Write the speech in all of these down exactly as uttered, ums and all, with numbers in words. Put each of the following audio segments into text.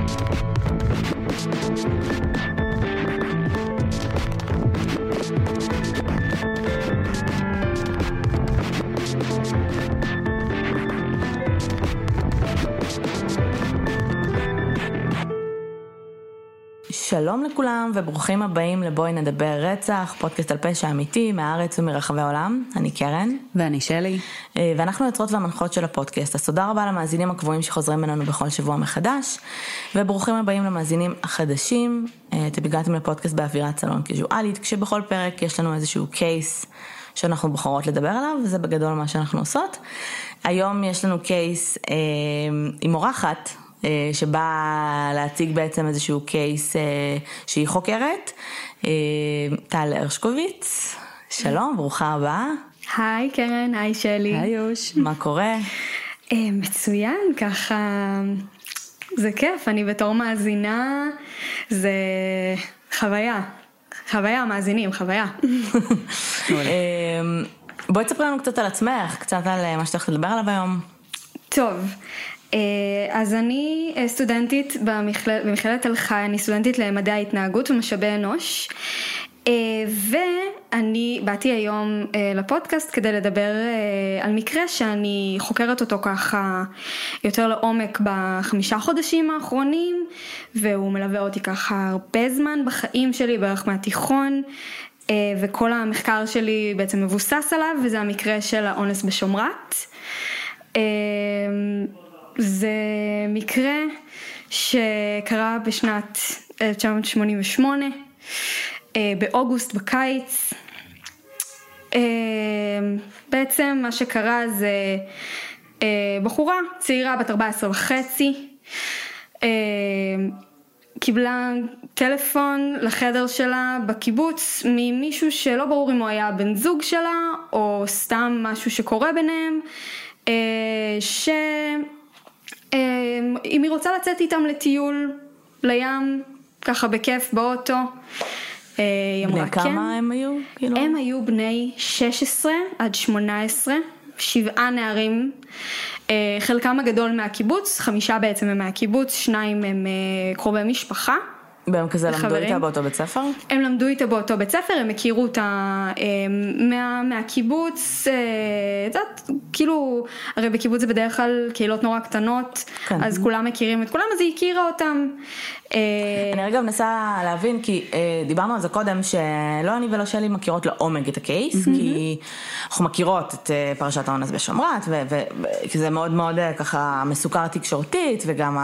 שלום לכולם וברוכים הבאים לבואי נדבר רצח, פודקאסט על פשע אמיתי מהארץ ומרחבי העולם. אני קרן. ואני שלי. ואנחנו יוצרות והמנחות של הפודקאסט. אז תודה רבה למאזינים הקבועים שחוזרים אלינו בכל שבוע מחדש, וברוכים הבאים למאזינים החדשים. אתם הגעתם לפודקאסט באווירת סלון קזואלית, כשבכל פרק יש לנו איזשהו קייס שאנחנו בוחרות לדבר עליו, וזה בגדול מה שאנחנו עושות. היום יש לנו קייס אה, עם אורחת, שבא להציג בעצם איזשהו קייס שהיא חוקרת. טל הרשקוביץ, שלום, ברוכה הבאה. היי קרן, היי שלי. היי יוש. מה קורה? מצוין, ככה זה כיף, אני בתור מאזינה, זה חוויה, חוויה מאזינים, חוויה. בואי תספרי לנו קצת על עצמך, קצת על מה שתלך לדבר עליו היום. טוב, אז אני סטודנטית במכללת, במכללת תל חי, אני סטודנטית למדעי ההתנהגות ומשאבי אנוש, ואני באתי היום לפודקאסט כדי לדבר על מקרה שאני חוקרת אותו ככה יותר לעומק בחמישה חודשים האחרונים, והוא מלווה אותי ככה הרבה זמן בחיים שלי, בערך מהתיכון, וכל המחקר שלי בעצם מבוסס עליו, וזה המקרה של האונס בשומרת. זה מקרה שקרה בשנת אלף תשע מאות שמונים ושמונה, באוגוסט, בקיץ. בעצם מה שקרה זה בחורה צעירה בת ארבע עשרה וחצי, קיבלה טלפון לחדר שלה בקיבוץ ממישהו שלא ברור אם הוא היה בן זוג שלה או סתם משהו שקורה ביניהם, ש... אם היא רוצה לצאת איתם לטיול לים, ככה בכיף באוטו, היא אמרה כן. בני כמה הם היו? כאילו? הם היו בני שש עשרה עד שמונה עשרה, שבעה נערים, חלקם הגדול מהקיבוץ, חמישה בעצם הם מהקיבוץ, שניים הם קרובי משפחה. והם כזה למדו איתה באותו בית ספר? הם למדו איתה באותו בית ספר, הם הכירו אותה מה, מהקיבוץ, זאת, כאילו, הרי בקיבוץ זה בדרך כלל קהילות נורא קטנות, כן. אז כולם מכירים את כולם, אז היא הכירה אותם. אני רגע מנסה להבין, כי דיברנו על זה קודם, שלא אני ולא שלי מכירות לעומק את הקייס, mm-hmm. כי אנחנו מכירות את פרשת האונס בשומרת, כי זה מאוד מאוד ככה מסוכר תקשורתית, וגם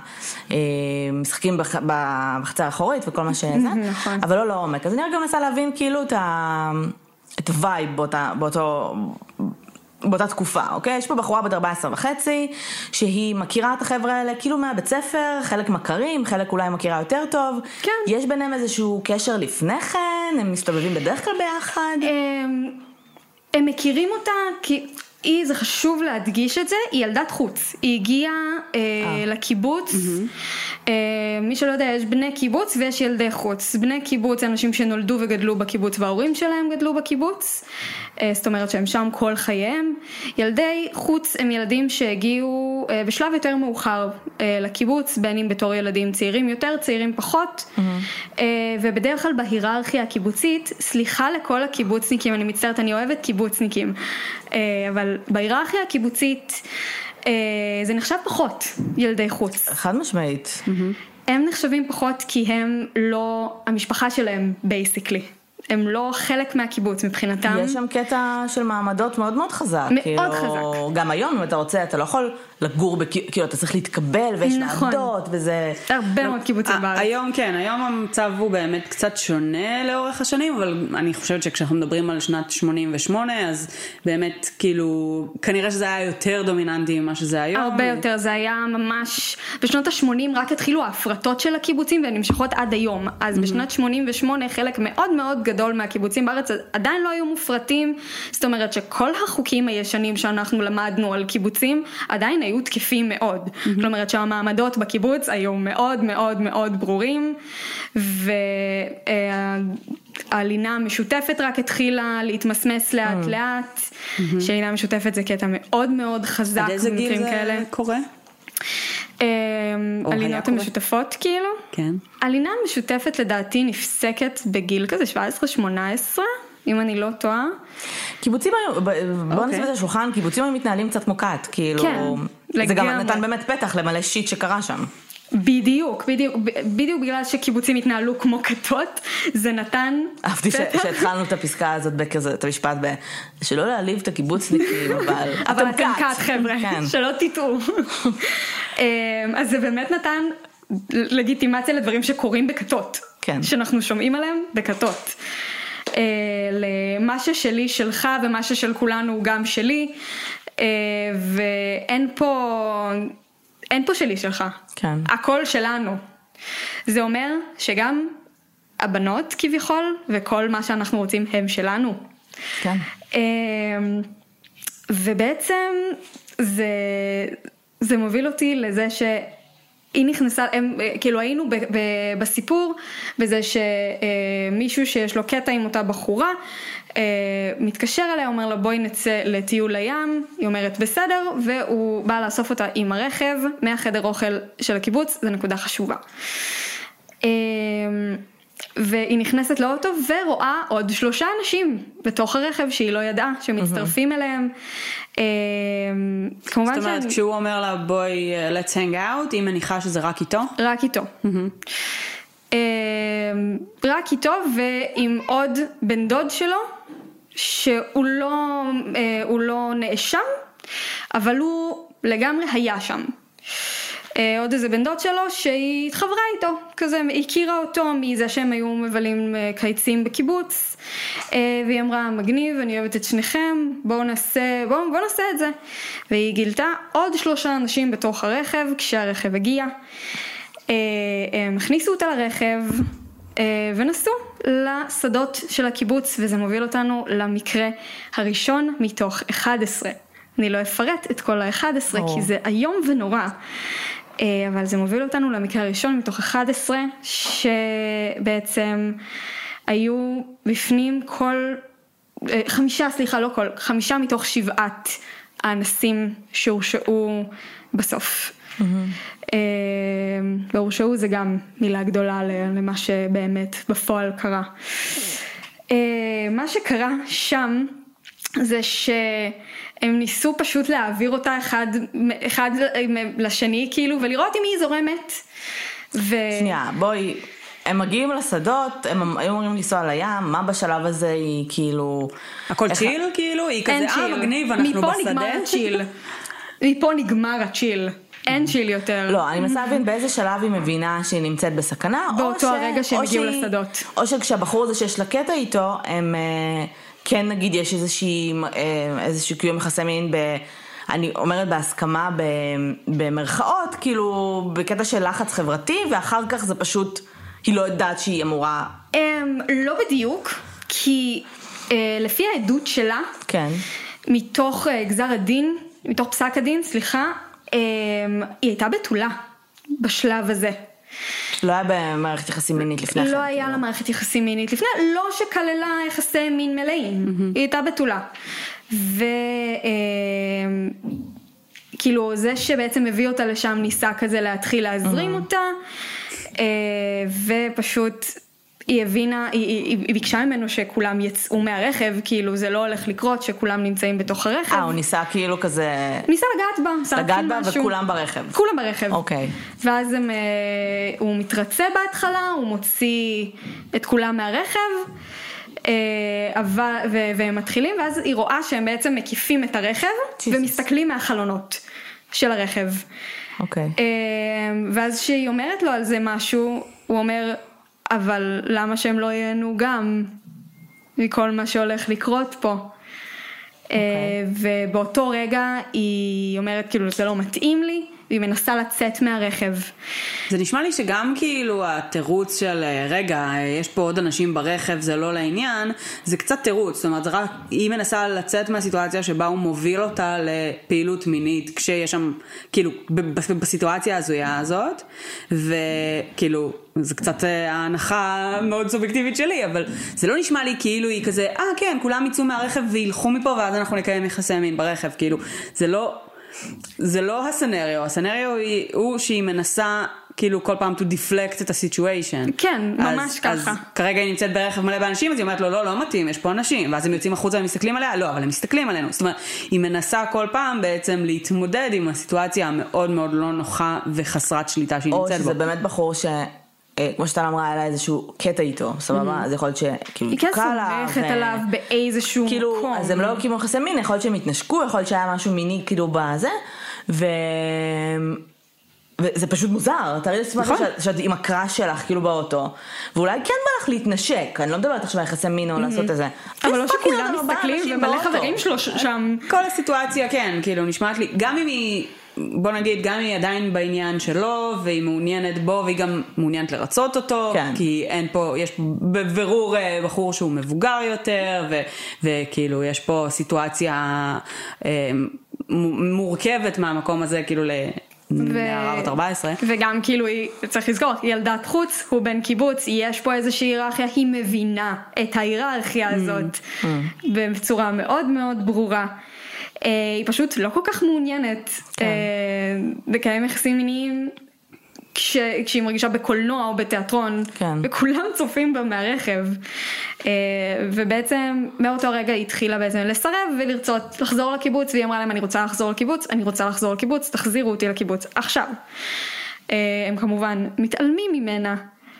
המשחקים בחצר האחורית וכל מה שזה, נכון. אבל לא לעומק. אז אני רגע מנסה להבין כאילו את ה... את הווייב באותה, באותו... באותה תקופה, אוקיי? יש פה בחורה בת ארבע עשרה וחצי, שהיא מכירה את החבר'ה האלה, כאילו מהבית ספר, חלק מכרים, חלק אולי מכירה יותר טוב. כן. יש ביניהם איזשהו קשר לפני כן, הם מסתובבים בדרך כלל ביחד. הם, הם מכירים אותה, כי היא, זה חשוב להדגיש את זה, היא ילדת חוץ. היא הגיעה אה, לקיבוץ, mm-hmm. אה, מי שלא יודע, יש בני קיבוץ ויש ילדי חוץ. בני קיבוץ, אנשים שנולדו וגדלו בקיבוץ, וההורים שלהם גדלו בקיבוץ, אה, זאת אומרת שהם שם כל חייהם. ילדי חוץ הם ילדים שהגיעו אה, בשלב יותר מאוחר אה, לקיבוץ, בין אם בתור ילדים צעירים יותר, צעירים פחות, mm-hmm. אה, ובדרך כלל בהיררכיה הקיבוצית, סליחה לכל הקיבוצניקים, אני מצטערת, אני אוהבת קיבוצניקים, אה, אבל בהיררכיה הקיבוצית זה נחשב פחות ילדי חוץ. חד משמעית. הם נחשבים פחות כי הם לא המשפחה שלהם בייסיקלי. הם לא חלק מהקיבוץ מבחינתם. יש שם קטע של מעמדות מאוד מאוד חזק. מאוד כאילו, חזק. גם היום אם אתה רוצה, אתה לא יכול לגור, בק... כאילו אתה צריך להתקבל ויש נכון. נעדות וזה... הרבה לא, מאוד קיבוצים בארץ. היום כן, היום המצב הוא באמת קצת שונה לאורך השנים, אבל אני חושבת שכשאנחנו מדברים על שנת שמונים ושמונה, אז באמת כאילו, כנראה שזה היה יותר דומיננטי ממה שזה היום. הרבה יותר, זה היה ממש, בשנות ה-שמונים רק התחילו ההפרטות של הקיבוצים והן נמשכות עד היום. אז בשנת שמונים ושמונה חלק מאוד מאוד גדול מהקיבוצים בארץ עדיין לא היו מופרטים, זאת אומרת שכל החוקים הישנים שאנחנו למדנו על קיבוצים עדיין היו תקפים מאוד. Mm-hmm. כלומר שהמעמדות בקיבוץ היו מאוד מאוד מאוד ברורים, והלינה המשותפת רק התחילה להתמסמס לאט mm-hmm. לאט, mm-hmm. שהלינה המשותפת זה קטע מאוד מאוד חזק. עד איזה גיל זה כאלה. קורה? הלינות המשותפות כאילו. כן. הלינה המשותפת לדעתי נפסקת בגיל כזה שבע עשרה שמונה עשרה, אם אני לא טועה. קיבוצים היו, בוא נסביר את השולחן, קיבוצים היו מתנהלים קצת כמו קאט, כאילו, זה גם נתן באמת פתח למלא שיט שקרה שם. בדיוק, בדיוק, בדיוק בגלל שקיבוצים התנהלו כמו כתות, זה נתן... אהבתי שהתחלנו את הפסקה הזאת בכזה, את המשפט ב... שלא להעליב את הקיבוצניקים, אבל... אבל אתם קאט, חבר'ה, שלא תטעו. אז זה באמת נתן לגיטימציה לדברים שקורים בכתות, שאנחנו שומעים עליהם בכתות. למה ששלי שלך ומה ששל כולנו הוא גם שלי, ואין פה... אין פה שלי שלך, כן. הכל שלנו. זה אומר שגם הבנות כביכול וכל מה שאנחנו רוצים הם שלנו. כן. ובעצם זה, זה מוביל אותי לזה שהיא נכנסה, הם, כאילו היינו ב, ב, בסיפור בזה שמישהו שיש לו קטע עם אותה בחורה, מתקשר אליה, אומר לה בואי נצא לטיול לים, היא אומרת בסדר, והוא בא לאסוף אותה עם הרכב מהחדר אוכל של הקיבוץ, זו נקודה חשובה. והיא נכנסת לאוטו ורואה עוד שלושה אנשים בתוך הרכב שהיא לא ידעה, שמצטרפים אליהם. זאת אומרת, כשהוא אומר לה בואי let's hang out, היא מניחה שזה רק איתו? רק איתו. רק איתו ועם עוד בן דוד שלו, שהוא לא, הוא לא נאשם, אבל הוא לגמרי היה שם. עוד איזה בן דוד שלו שהיא התחברה איתו, כזה, היא הכירה אותו מזה שהם היו מבלים קיצים בקיבוץ, והיא אמרה מגניב, אני אוהבת את שניכם, בואו נעשה, בואו, בואו נעשה את זה. והיא גילתה עוד שלושה אנשים בתוך הרכב, כשהרכב הגיע, הם הכניסו אותה לרכב ונסעו לשדות של הקיבוץ, וזה מוביל אותנו למקרה הראשון מתוך אחד עשר. אני לא אפרט את כל ה-אחד עשר כי זה היום ונורא, אבל זה מוביל אותנו למקרה הראשון מתוך אחד עשר, שבעצם היו בפנים כל, חמישה, סליחה, לא כל, חמישה מתוך שבעת האנסים שהורשעו בסוף. והורשעו זה גם מילה גדולה למה שבאמת בפועל קרה. מה שקרה שם זה שהם ניסו פשוט להעביר אותה אחד, אחד לשני כאילו, ולראות אם היא זורמת. ו... שנייה, בואי, הם מגיעים לשדות, הם היו אומרים לנסוע לים, מה בשלב הזה היא כאילו... הכל צ'יל כאילו? היא כזה, אה מגניב, אנחנו בשדה. מפה נגמר הצ'יל. מפה נגמר הצ'יל. אין צ'יל יותר. לא, אני מנסה להבין באיזה שלב היא מבינה שהיא נמצאת בסכנה, באותו הרגע שהם הגיעו לשדות. או שכשהבחור הזה שיש לה קטע איתו, הם... כן נגיד יש איזושהי, איזשהו קיום יחסי מין, ב, אני אומרת בהסכמה במרכאות, כאילו בקטע של לחץ חברתי, ואחר כך זה פשוט, היא לא יודעת שהיא אמורה... לא בדיוק, כי לפי העדות שלה, כן. מתוך גזר הדין, מתוך פסק הדין, סליחה, היא הייתה בתולה בשלב הזה. לא היה במערכת יחסים מינית לפני כן. לא היה לה מערכת יחסים מינית לפני, לא שכללה יחסי מין מלאים, היא הייתה בתולה. וכאילו זה שבעצם מביא אותה לשם ניסה כזה להתחיל להזרים אותה, ופשוט היא הבינה, היא, היא, היא ביקשה ממנו שכולם יצאו מהרכב, כאילו זה לא הולך לקרות שכולם נמצאים בתוך הרכב. אה, הוא ניסה כאילו כזה... ניסה לגעת בה, ניסה לגעת בה משהו. וכולם ברכב. כולם ברכב. אוקיי. ואז הם, הוא מתרצה בהתחלה, הוא מוציא את כולם מהרכב, אבל, ו, והם מתחילים, ואז היא רואה שהם בעצם מקיפים את הרכב, Jesus. ומסתכלים מהחלונות של הרכב. אוקיי. ואז שהיא אומרת לו על זה משהו, הוא אומר... אבל למה שהם לא ייהנו גם מכל מה שהולך לקרות פה? Okay. ובאותו רגע היא אומרת כאילו זה לא מתאים לי, והיא מנסה לצאת מהרכב. זה נשמע לי שגם כאילו התירוץ של רגע, יש פה עוד אנשים ברכב, זה לא לעניין, זה קצת תירוץ, זאת אומרת, רק, היא מנסה לצאת מהסיטואציה שבה הוא מוביל אותה לפעילות מינית, כשיש שם, כאילו, בסיטואציה הזויה הזאת, וכאילו, זה קצת ההנחה מאוד סובייקטיבית שלי, אבל זה לא נשמע לי כאילו היא כזה, אה כן, כולם יצאו מהרכב וילכו מפה, ואז אנחנו נקיים יחסי מין ברכב, כאילו, זה לא... זה לא הסנריו, הסנריו הוא שהיא מנסה כאילו כל פעם to deflect את הסיטואשן. כן, ממש אז, ככה. אז כרגע היא נמצאת ברכב מלא באנשים, אז היא אומרת לו, לא, לא מתאים, יש פה אנשים, ואז הם יוצאים החוצה ומסתכלים עליה, לא, אבל הם מסתכלים עלינו. זאת אומרת, היא מנסה כל פעם בעצם להתמודד עם הסיטואציה המאוד מאוד לא נוחה וחסרת שליטה שהיא נמצאת בו. או שזה באמת בחור ש... כמו שאתה אמרה, היה לה איזשהו קטע איתו, סבבה? אז יכול להיות שכאילו היא כן סומכת עליו באיזשהו מקום. כאילו, אז הם לא כאילו יחסי מין, יכול להיות שהם התנשקו, יכול להיות שהיה משהו מיני כאילו בזה, ו... וזה פשוט מוזר, תראי לסמך שאת עם הקראש שלך כאילו באוטו, ואולי כן בא לך להתנשק, אני לא מדברת עכשיו יחסי מין או לעשות את זה. אבל לא שכולם מסתכלים ומלא חברים שלו שם. כל הסיטואציה כן, כאילו נשמעת לי, גם אם היא... בוא נגיד, גם היא עדיין בעניין שלו, והיא מעוניינת בו, והיא גם מעוניינת לרצות אותו, כן. כי אין פה, יש בבירור בחור שהוא מבוגר יותר, ו, וכאילו יש פה סיטואציה אה, מורכבת מהמקום הזה, כאילו לנערה בת ארבע עשרה. וגם כאילו, היא, צריך לזכור, היא ילדת חוץ, הוא בן קיבוץ, יש פה איזושהי היררכיה, היא מבינה את ההיררכיה הזאת, mm, mm. בצורה מאוד מאוד ברורה. היא פשוט לא כל כך מעוניינת לקיים יחסים מיניים כשהיא מרגישה בקולנוע או בתיאטרון, וכולם צופים בה מהרכב, ובעצם מאותו רגע היא התחילה בעצם לסרב ולרצות לחזור לקיבוץ, והיא אמרה להם אני רוצה לחזור לקיבוץ, אני רוצה לחזור לקיבוץ, תחזירו אותי לקיבוץ עכשיו. הם כמובן מתעלמים ממנה,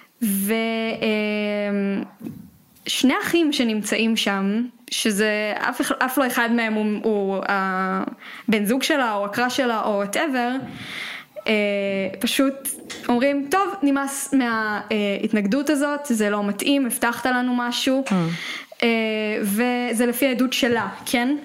ושני אחים שנמצאים שם, שזה אף, אף לא אחד מהם הוא, הוא הבן זוג שלה או הקראש שלה או whatever, אה, פשוט אומרים טוב נמאס מההתנגדות הזאת, זה לא מתאים, הבטחת לנו משהו, mm. אה, וזה לפי העדות שלה, כן?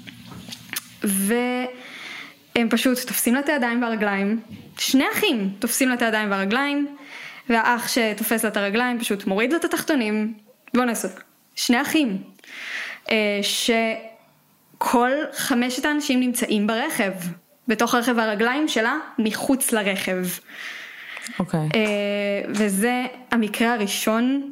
והם פשוט תופסים לה את הידיים והרגליים, שני אחים תופסים לה את הידיים והרגליים, והאח שתופס לה את הרגליים פשוט מוריד לה את התחתונים, בוא נעשה, שני אחים, שכל חמשת האנשים נמצאים ברכב, בתוך רכב הרגליים שלה, מחוץ לרכב. אוקיי. Okay. וזה המקרה הראשון.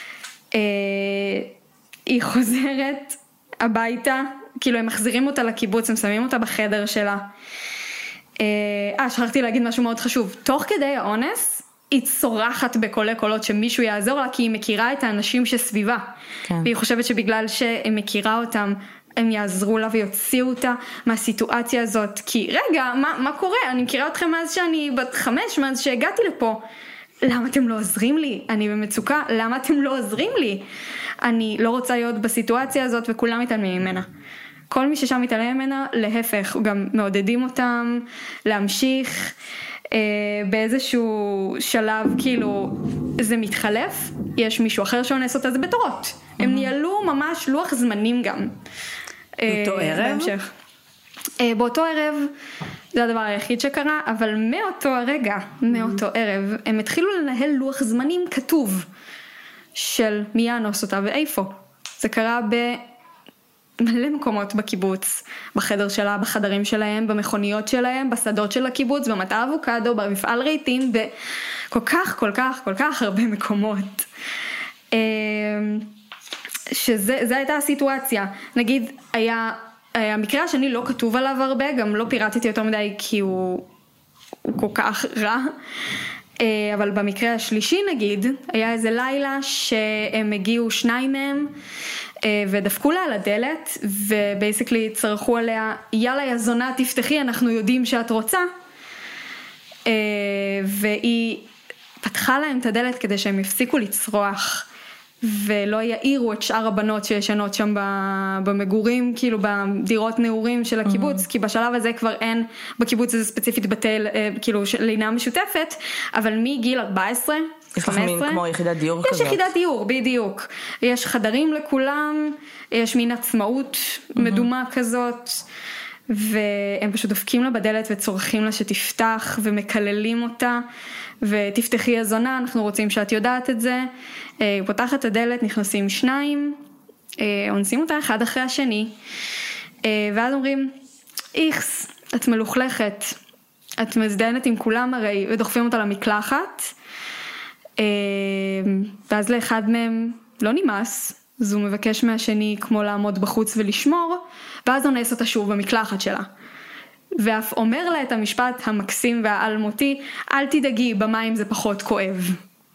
היא חוזרת הביתה, כאילו הם מחזירים אותה לקיבוץ, הם שמים אותה בחדר שלה. אה, שכחתי להגיד משהו מאוד חשוב. תוך כדי האונס, היא צורחת בקולי קולות שמישהו יעזור לה, כי היא מכירה את האנשים שסביבה. כן. והיא חושבת שבגלל שהיא מכירה אותם, הם יעזרו לה ויוציאו אותה מהסיטואציה הזאת. כי רגע, מה, מה קורה? אני מכירה אתכם מאז שאני בת חמש, מאז שהגעתי לפה. למה אתם לא עוזרים לי? אני במצוקה, למה אתם לא עוזרים לי? אני לא רוצה להיות בסיטואציה הזאת וכולם מתעלמים ממנה. כל מי ששם מתעלם ממנה, להפך, גם מעודדים אותם להמשיך. באיזשהו שלב כאילו זה מתחלף, יש מישהו אחר שאונס אותה, זה בתורות, הם ניהלו ממש לוח זמנים גם באותו ערב? באותו ערב זה הדבר היחיד שקרה, אבל מאותו הרגע, מאותו ערב הם התחילו לנהל לוח זמנים כתוב של מי יאנוס אותה ואיפה. זה קרה ב מלא מקומות בקיבוץ, בחדר שלה, בחדרים שלהם, במכוניות שלהם, בשדות של הקיבוץ, במטע אבוקדו, במפעל רהיטים, בכל כך, כל כך, כל כך הרבה מקומות. שזה, זה הייתה הסיטואציה. נגיד, היה, המקרה השני לא כתוב עליו הרבה, גם לא פירטתי יותר מדי כי הוא, הוא כל כך רע. אבל במקרה השלישי נגיד, היה איזה לילה שהם הגיעו שניים מהם, ודפקו לה על הדלת, ובייסיקלי צרכו עליה, יאללה יא זונה תפתחי, אנחנו יודעים שאת רוצה, והיא פתחה להם את הדלת כדי שהם יפסיקו לצרוח, ולא יעירו את שאר הבנות שישנות שם במגורים, כאילו בדירות נעורים של הקיבוץ, mm-hmm. כי בשלב הזה כבר אין בקיבוץ הזה ספציפית בתל, כאילו לינה משותפת, אבל מגיל ארבע עשרה, יש לך מין כמו יחידת דיור יש כזאת. יש יחידת דיור, בדיוק. יש חדרים לכולם, יש מין עצמאות mm-hmm. מדומה כזאת, והם פשוט דופקים לה בדלת וצורכים לה שתפתח ומקללים אותה, ותפתחי הזונה, אנחנו רוצים שאת יודעת את זה. הוא פותח את הדלת, נכנסים שניים, אונסים אותה אחד אחרי השני, ואז אומרים, איכס, את מלוכלכת, את מזדיינת עם כולם הרי, ודוחפים אותה למקלחת, ואז לאחד מהם לא נמאס, אז הוא מבקש מהשני כמו לעמוד בחוץ ולשמור, ואז אונס אותה שוב במקלחת שלה. ואף אומר לה את המשפט המקסים והאלמותי, אל תדאגי, במים זה פחות כואב.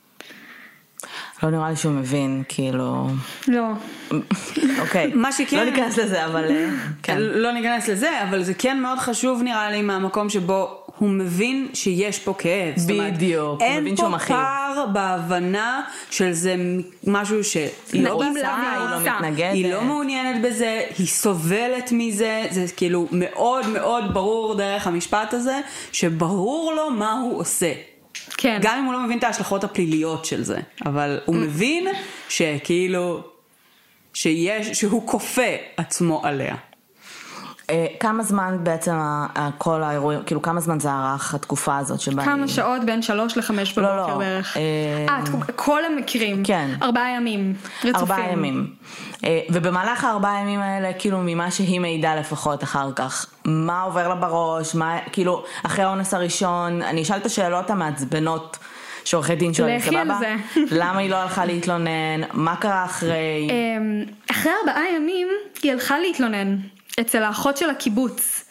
לא נראה לי שהוא מבין, כאילו... לא. אוקיי, מה שכן... לא ניכנס לזה, אבל... כן. לא ניכנס לזה, אבל זה כן מאוד חשוב נראה לי מהמקום שבו הוא מבין שיש פה כאב. בדיוק, הוא מבין שהוא מכיל. אין פה פער בהבנה של זה משהו שהיא לא בעצמה, היא לא מתנגדת. היא לא מעוניינת בזה, היא סובלת מזה, זה כאילו מאוד מאוד ברור דרך המשפט הזה, שברור לו מה הוא עושה. כן. גם אם הוא לא מבין את ההשלכות הפליליות של זה, אבל הוא מבין שכאילו, שיש, שהוא כופה עצמו עליה. כמה זמן בעצם כל האירועים, כאילו כמה זמן זה ערך התקופה הזאת שבה... כמה שעות בין שלוש לחמש בבוקר בערך. אה, כל המקרים. כן. ארבעה ימים רצופים. ארבעה ימים. ובמהלך הארבעה ימים האלה, כאילו ממה שהיא מעידה לפחות אחר כך, מה עובר לה בראש, מה, כאילו, אחרי האונס הראשון, אני אשאל את השאלות המעצבנות, שעורכי דין שואלים, סבבה? למה היא לא הלכה להתלונן? מה קרה אחרי? אחרי ארבעה ימים היא הלכה להתלונן. אצל האחות של הקיבוץ,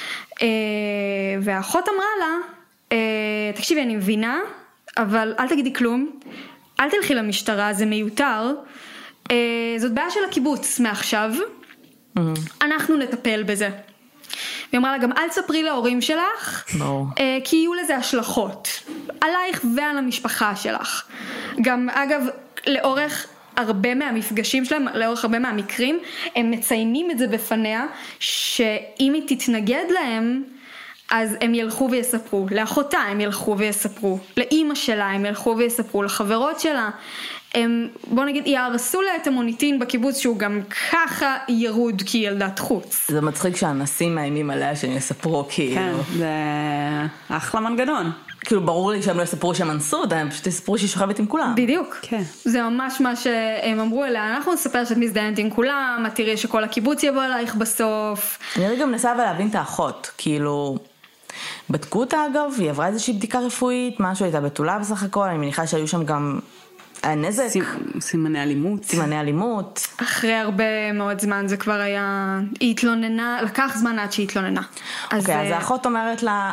והאחות אמרה לה, תקשיבי, אני מבינה, אבל אל תגידי כלום, אל תלכי למשטרה, זה מיותר, זאת בעיה של הקיבוץ מעכשיו, אנחנו נטפל בזה. והיא אמרה לה, גם אל תספרי להורים שלך, כי יהיו לזה השלכות, עלייך ועל המשפחה שלך. גם אגב, לאורך הרבה מהמפגשים שלהם, לאורך הרבה מהמקרים, הם מציינים את זה בפניה, שאם היא תתנגד להם, אז הם ילכו ויספרו, לאחותה הם ילכו ויספרו, לאמא שלה הם ילכו ויספרו, לחברות שלה, הם, בוא נגיד, יהרסו לה את המוניטין בקיבוץ, שהוא גם ככה ירוד כי ילדת חוץ. זה מצחיק שהאנסים מאיימים עליה שהם יספרו, כאילו. כן, זה אחלה מנגנון. כאילו ברור לי שהם לא יספרו שהם אנסו, הם פשוט יספרו שהיא שוכבת עם כולם. בדיוק. כן. זה ממש מה שהם אמרו אליה, אנחנו נספר שאת מזדיינת עם כולם, את תראי שכל הקיבוץ יבוא עלייך בסוף. אני גם מנסה להבין את האחות, כאילו, בדקו אותה אגב, היא עברה איזושהי בדיקה רפואית, משהו הייתה בתולה בסך הכל, אני מניחה שהיו שם גם נזק. סימני אלימות. סימני אלימות. אחרי הרבה מאוד זמן זה כבר היה, היא התלוננה, לקח זמן עד שהיא התלוננה. אוקיי, אז האחות אומרת לה,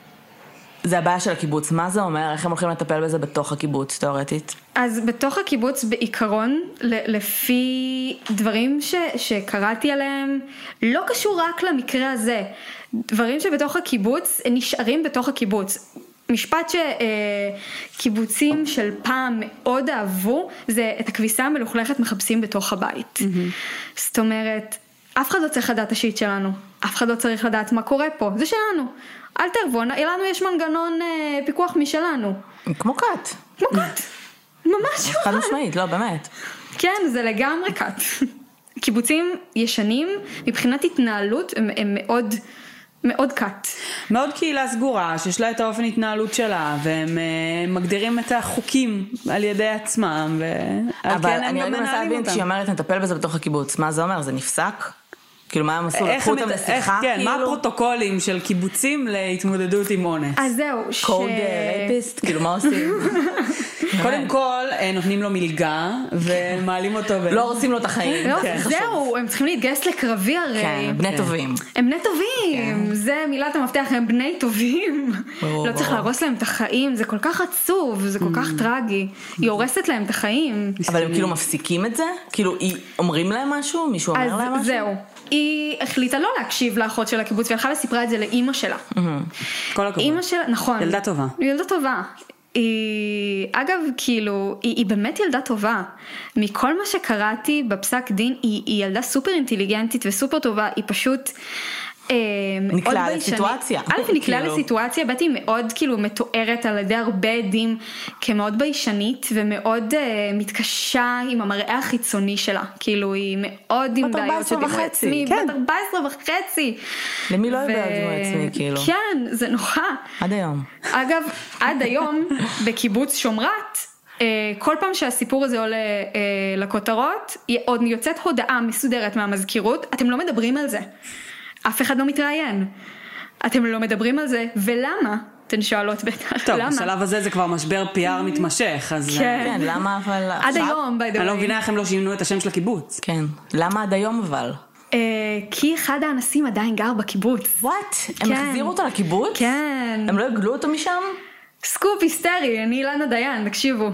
זה הבעיה של הקיבוץ, מה זה אומר? איך הם הולכים לטפל בזה בתוך הקיבוץ, תיאורטית? אז בתוך הקיבוץ בעיקרון, לפי דברים ש, שקראתי עליהם, לא קשור רק למקרה הזה. דברים שבתוך הקיבוץ נשארים בתוך הקיבוץ. משפט שקיבוצים של פעם מאוד אהבו, זה את הכביסה המלוכלכת מחפשים בתוך הבית. Mm-hmm. זאת אומרת, אף אחד לא צריך לדעת השיט שלנו, אף אחד לא צריך לדעת מה קורה פה, זה שלנו. אל תרבו, לנו יש מנגנון אה, פיקוח משלנו. כמו קאט. כמו קאט. ממש חד משמעית, לא, באמת. כן, זה לגמרי קאט. קיבוצים ישנים, מבחינת התנהלות, הם, הם מאוד, מאוד קאט. מאוד קהילה סגורה, שיש לה את האופן התנהלות שלה, והם אה, מגדירים את החוקים על ידי עצמם, ועל כן הם גם מנהלים אותם. כשהיא אומרת, נטפל בזה בתוך הקיבוץ, מה זה אומר? זה נפסק? כאילו מה הם עשו? לקחו אותם לשיחה? כן, מה הפרוטוקולים של קיבוצים להתמודדות עם אונס? אז זהו, ש... קוד רייפיסט, כאילו מה עושים? קודם כל, נותנים לו מלגה, ומעלים אותו... לא עושים לו את החיים. זהו, הם צריכים להתגייס לקרבי הרי. כן, בני טובים. הם בני טובים, זה מילת המפתח, הם בני טובים. לא צריך להרוס להם את החיים, זה כל כך עצוב, זה כל כך טרגי. היא הורסת להם את החיים. אבל הם כאילו מפסיקים את זה? כאילו, אומרים להם משהו? מישהו אומר להם משהו? אז זהו. היא החליטה לא להקשיב לאחות של הקיבוץ, והלכה וסיפרה את זה לאמא שלה. כל הכבוד. אמא שלה, נכון. ילדה טובה. ילדה טובה. היא, אגב, כאילו, היא, היא באמת ילדה טובה. מכל מה שקראתי בפסק דין, היא, היא ילדה סופר אינטליגנטית וסופר טובה. היא פשוט... נקלעה לסיטואציה. א', נקלעה לסיטואציה, בית היא מאוד כאילו מתוארת על ידי הרבה עדים כמאוד ביישנית ומאוד מתקשה עם המראה החיצוני שלה. כאילו היא מאוד עם בעיות של דימוי עצמי. בת ארבע עשרה וחצי. למי לא יודע דימוי עצמי כאילו? כן, זה נורא. עד היום. אגב, עד היום בקיבוץ שומרת, כל פעם שהסיפור הזה עולה לכותרות, עוד יוצאת הודעה מסודרת מהמזכירות, אתם לא מדברים על זה. אף אחד לא מתראיין. אתם לא מדברים על זה, ולמה? אתן שואלות בטח, טוב, למה? בשלב הזה זה כבר משבר פי אר מתמשך, אז... כן, למה אבל... עד היום, by the way. אני לא מבינה איך הם לא שינו את השם של הקיבוץ. כן, למה עד היום אבל? כי אחד האנסים עדיין גר בקיבוץ. וואט? הם החזירו אותו לקיבוץ? כן. הם לא הגלו אותו משם? סקופ היסטרי, אני אילנה דיין, תקשיבו.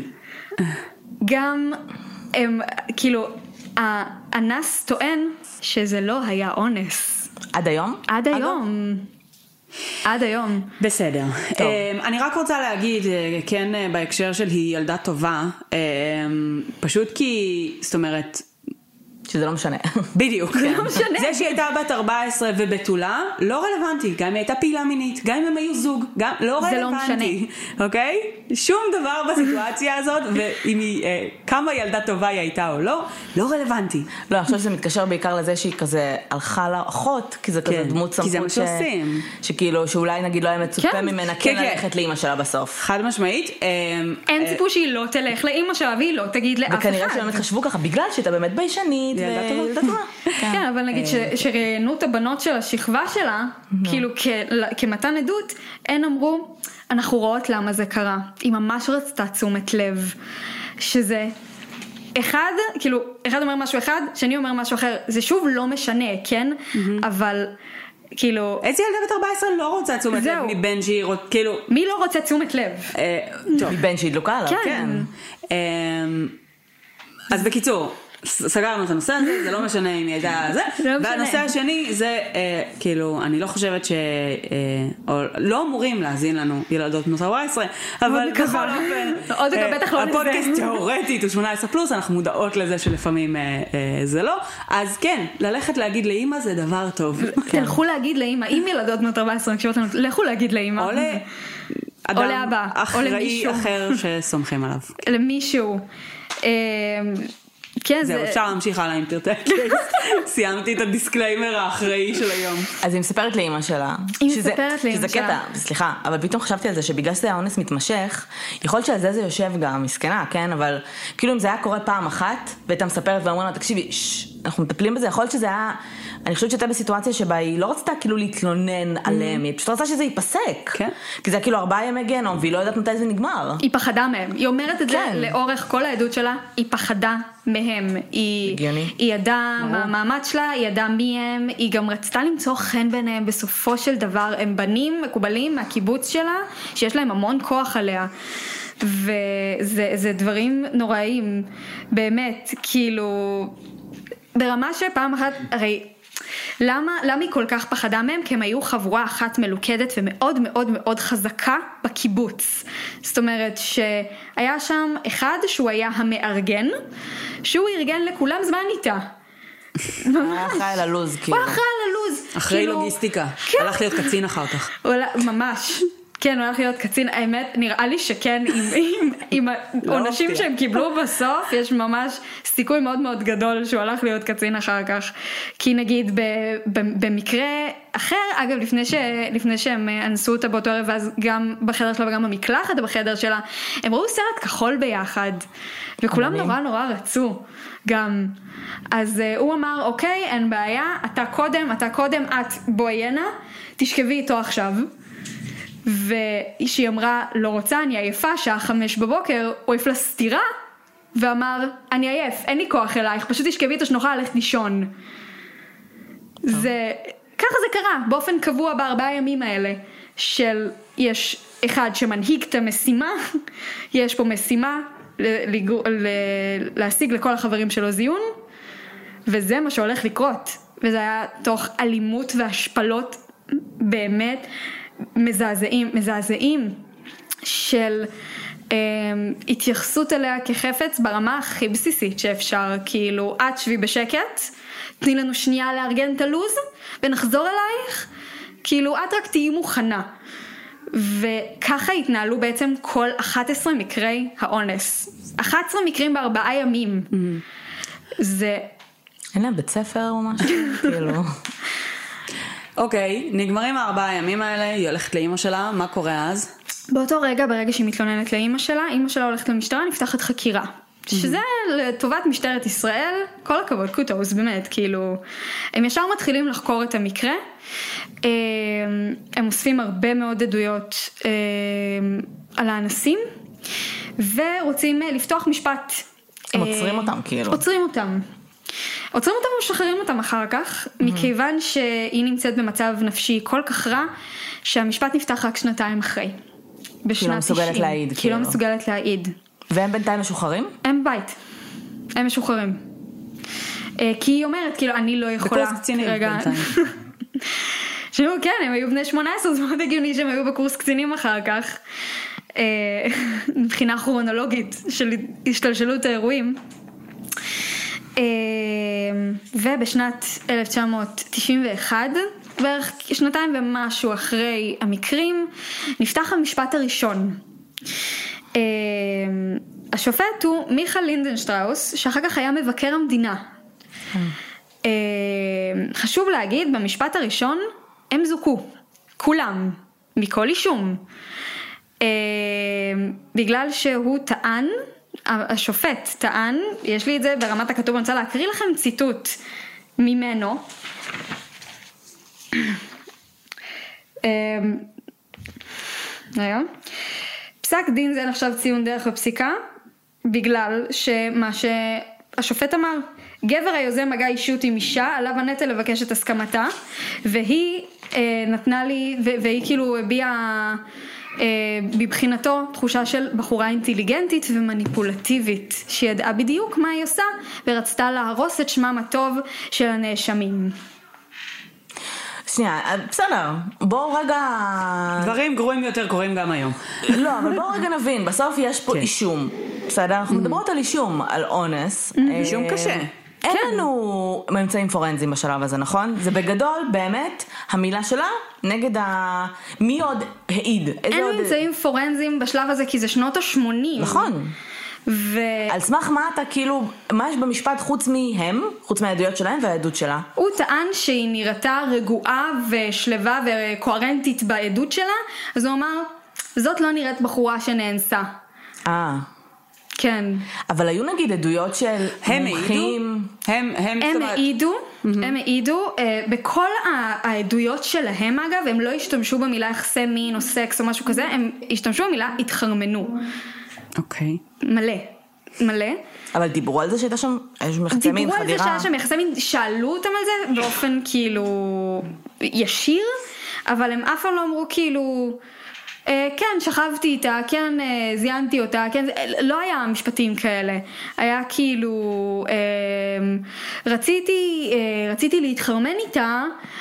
גם, הם, כאילו, האנס טוען שזה לא היה אונס. עד היום? עד היום. עד היום. בסדר. אני רק רוצה להגיד, כן, בהקשר של היא ילדה טובה, פשוט כי, זאת אומרת, שזה לא משנה. בדיוק. זה לא משנה. זה שהיא הייתה בת ארבע עשרה ובתולה, לא רלוונטי. גם אם היא הייתה פעילה מינית, גם אם הם היו זוג, גם לא רלוונטי. זה לא משנה. אוקיי? שום דבר בסיטואציה הזאת, ואם היא, אה, כמה ילדה טובה היא הייתה או לא, לא רלוונטי. לא, אני חושב שזה מתקשר בעיקר לזה שהיא כזה הלכה לאחות, כי זה כזה כן, דמות כי זה מה סמכות שעושים. שכאילו, שאולי נגיד לא היה מצופה כן. ממנה כן, כן כן. ללכת לאמא שלה בסוף. חד משמעית. אה, אין אה, ציפו שהיא לא תלך לאמא שלה והיא לא תגיד לאף אחד. וכנראה שהם חשבו ככה, בגלל שהייתה באמת ביישנית ילדה טובה. וילדה טובה. כן, אבל נגיד שראיינו את הבנות של השכבה שלה, כאילו כמתן עדות, הן אמרו, אנחנו רואות למה זה קרה. היא ממש רצתה תשומת לב, שזה אחד, כאילו, אחד אומר משהו אחד, שני אומר משהו אחר, זה שוב לא משנה, כן? אבל כאילו... איזה ילדה בת ארבע עשרה לא רוצה תשומת לב מבן שהיא רוצה, כאילו... מי לא רוצה תשומת לב? מבן שהיא דלוקה עליו, כן. אז בקיצור, סגרנו את הנושא הזה, זה לא משנה אם היא הייתה זה, והנושא השני זה, כאילו, אני לא חושבת ש... או לא אמורים להזין לנו ילדות בנות ארבע עשרה, אבל בכל אופן, הפודקאסט תיאורטית הוא שמונה עשרה פלוס, אנחנו מודעות לזה שלפעמים זה לא, אז כן, ללכת להגיד לאמא זה דבר טוב. תלכו להגיד לאמא, אם ילדות בנות ארבע עשרה, לכו להגיד לאמא. או לאדם אחראי אחר שסומכים עליו. למישהו. כן, זהו, זה... אפשר להמשיך הלאה אם תרצה. סיימתי את הדיסקליימר האחראי של היום. אז היא מספרת לאמא שלה. היא שזה, מספרת לאמא שזה שלה. קטע, סליחה, אבל פתאום חשבתי על זה שבגלל שזה האונס מתמשך, יכול להיות שעל זה זה יושב גם, מסכנה, כן? אבל כאילו אם זה היה קורה פעם אחת, והייתה מספרת ואומרים לה, תקשיבי, שש, אנחנו מטפלים בזה, יכול להיות שזה היה, אני חושבת שהייתה בסיטואציה שבה היא לא רצתה כאילו להתלונן עליהם, היא פשוט רצתה שזה ייפסק. כן. כי זה כאילו ארבעה ימי גיהנום, והיא לא יודעת מתי זה נגמר. היא פחדה מהם. היא אומרת את זה לאורך כל העדות שלה, היא פחדה מהם. היא, היא ידעה מה המעמד שלה, היא ידעה מי הם, היא גם רצתה למצוא חן ביניהם. בסופו של דבר הם בנים מקובלים מהקיבוץ שלה, שיש להם המון כוח עליה. וזה זה דברים נוראים, באמת, כאילו, ברמה שפעם אחת, הרי, למה, למה היא כל כך פחדה מהם? כי הם היו חבורה אחת מלוכדת ומאוד מאוד מאוד חזקה בקיבוץ. זאת אומרת שהיה שם אחד שהוא היה המארגן, שהוא ארגן לכולם זמן איתה. הוא היה אחראי על הלוז, כאילו. הוא אחראי על הלוז. אחראי לוגיסטיקה. הלך להיות קצין אחר כך. ממש. כן, הוא הולך להיות קצין, האמת, נראה לי שכן, עם העונשים שהם קיבלו בסוף, יש ממש סיכוי מאוד מאוד גדול שהוא הולך להיות קצין אחר כך, כי נגיד במקרה אחר, אגב, לפני שהם אנסו אותה באותו ערב, אז גם בחדר שלה וגם במקלחת בחדר שלה, הם ראו סרט כחול ביחד, וכולם נורא נורא רצו, גם, אז הוא אמר, אוקיי, אין בעיה, אתה קודם, אתה קודם, את בואי הנה, תשכבי איתו עכשיו, והיא אמרה לא רוצה, אני עייפה, שעה חמש בבוקר, הוא העיף לה סתירה ואמר אני עייף, אין לי כוח אלייך, פשוט תשכבי איתו שנוכל ללכת לישון. זה, ככה זה קרה באופן קבוע בארבעה ימים האלה, של יש אחד שמנהיג את המשימה, יש פה משימה לגור, להשיג לכל החברים שלו זיון, וזה מה שהולך לקרות, וזה היה תוך אלימות והשפלות באמת מזעזעים, מזעזעים של אה, התייחסות אליה כחפץ ברמה הכי בסיסית שאפשר, כאילו את שבי בשקט, תני לנו שנייה לארגן את הלוז ונחזור אלייך, כאילו את רק תהיי מוכנה. וככה התנהלו בעצם כל אחת עשרה מקרי האונס, אחת עשרה מקרים בארבעה ימים. mm-hmm. זה אין להם בית ספר או משהו כאילו. אוקיי, נגמרים הארבעה הימים האלה, היא הולכת לאמא שלה, מה קורה אז? באותו רגע, ברגע שהיא מתלוננת לאמא שלה, אמא שלה הולכת למשטרה, נפתחת חקירה. שזה לטובת משטרת ישראל, כל הכבוד, קוטוס, באמת, כאילו, הם ישר מתחילים לחקור את המקרה, הם אוספים הרבה מאוד עדויות על האנסים, ורוצים לפתוח משפט. הם עוצרים אותם, כאילו. עוצרים אותם. עוצרים אותם ומשחררים אותם אחר כך, מכיוון שהיא נמצאת במצב נפשי כל כך רע, שהמשפט נפתח רק שנתיים אחרי. כי לא מסוגלת להעיד. כי לא מסוגלת להעיד. והם בינתיים משוחררים? הם בבית. הם משוחררים. כי היא אומרת, כאילו, אני לא יכולה... בקורס קצינים בינתיים. שהוא, כן, הם היו בני שמונה עשרה, זה מאוד הגיוני שהם היו בקורס קצינים אחר כך. מבחינה כרונולוגית של השתלשלות האירועים. ובשנת אלף תשע מאות תשעים ואחת, בערך שנתיים ומשהו אחרי המקרים, נפתח המשפט הראשון. השופט הוא מיכה לינדנשטראוס, שאחר כך היה מבקר המדינה. חשוב להגיד, במשפט הראשון הם זוכו, כולם, מכל אישום. בגלל שהוא טען, השופט טען, יש לי את זה ברמת הכתוב, אני רוצה להקריא לכם ציטוט ממנו. פסק דין זה נחשב ציון דרך בפסיקה, בגלל שמה שהשופט אמר, גבר היוזם מגע אישות עם אישה, עליו הנטל לבקש את הסכמתה, והיא אה, נתנה לי, והיא כאילו הביעה אה, בבחינתו תחושה של בחורה אינטליגנטית ומניפולטיבית, שידעה בדיוק מה היא עושה, ורצתה להרוס את שמם הטוב של הנאשמים. שנייה, בסדר, בואו רגע... דברים גרועים יותר קורים גם היום. לא, אבל בואו רגע נבין, בסוף יש פה אישום, בסדר? אנחנו מדברות על אישום, על אונס. אישום קשה. אין לנו ממצאים פורנזיים בשלב הזה, נכון? זה בגדול באמת המילה שלה נגד ה... מי עוד העיד? אין ממצאים פורנזיים בשלב הזה כי זה שנות ה-שמונים. נכון. ו... על סמך מה אתה כאילו, מה יש במשפט חוץ מהם, חוץ מהעדויות שלהם והעדות שלה? הוא טען שהיא נראתה רגועה ושלווה וקוהרנטית בעדות שלה, אז הוא אמר, זאת לא נראית בחורה שנאנסה. אה. כן. אבל היו נגיד עדויות של מומחים. הם, הם, הם העידו, הם העידו, בכל העדויות שלהם אגב, הם לא השתמשו במילה יחסי מין או סקס או משהו כזה, הם השתמשו במילה התחרמנו. אוקיי. מלא, מלא. אבל דיברו על זה שהייתה שם יחסי מין חדירה. דיברו על זה שהיה שם יחסי מין, שאלו אותם על זה באופן כאילו ישיר, אבל הם אף פעם לא אמרו כאילו... כן, שכבתי איתה, כן, זיינתי אותה, כן, לא היה משפטים כאלה, היה כאילו, רציתי, רציתי להתחרמן איתה,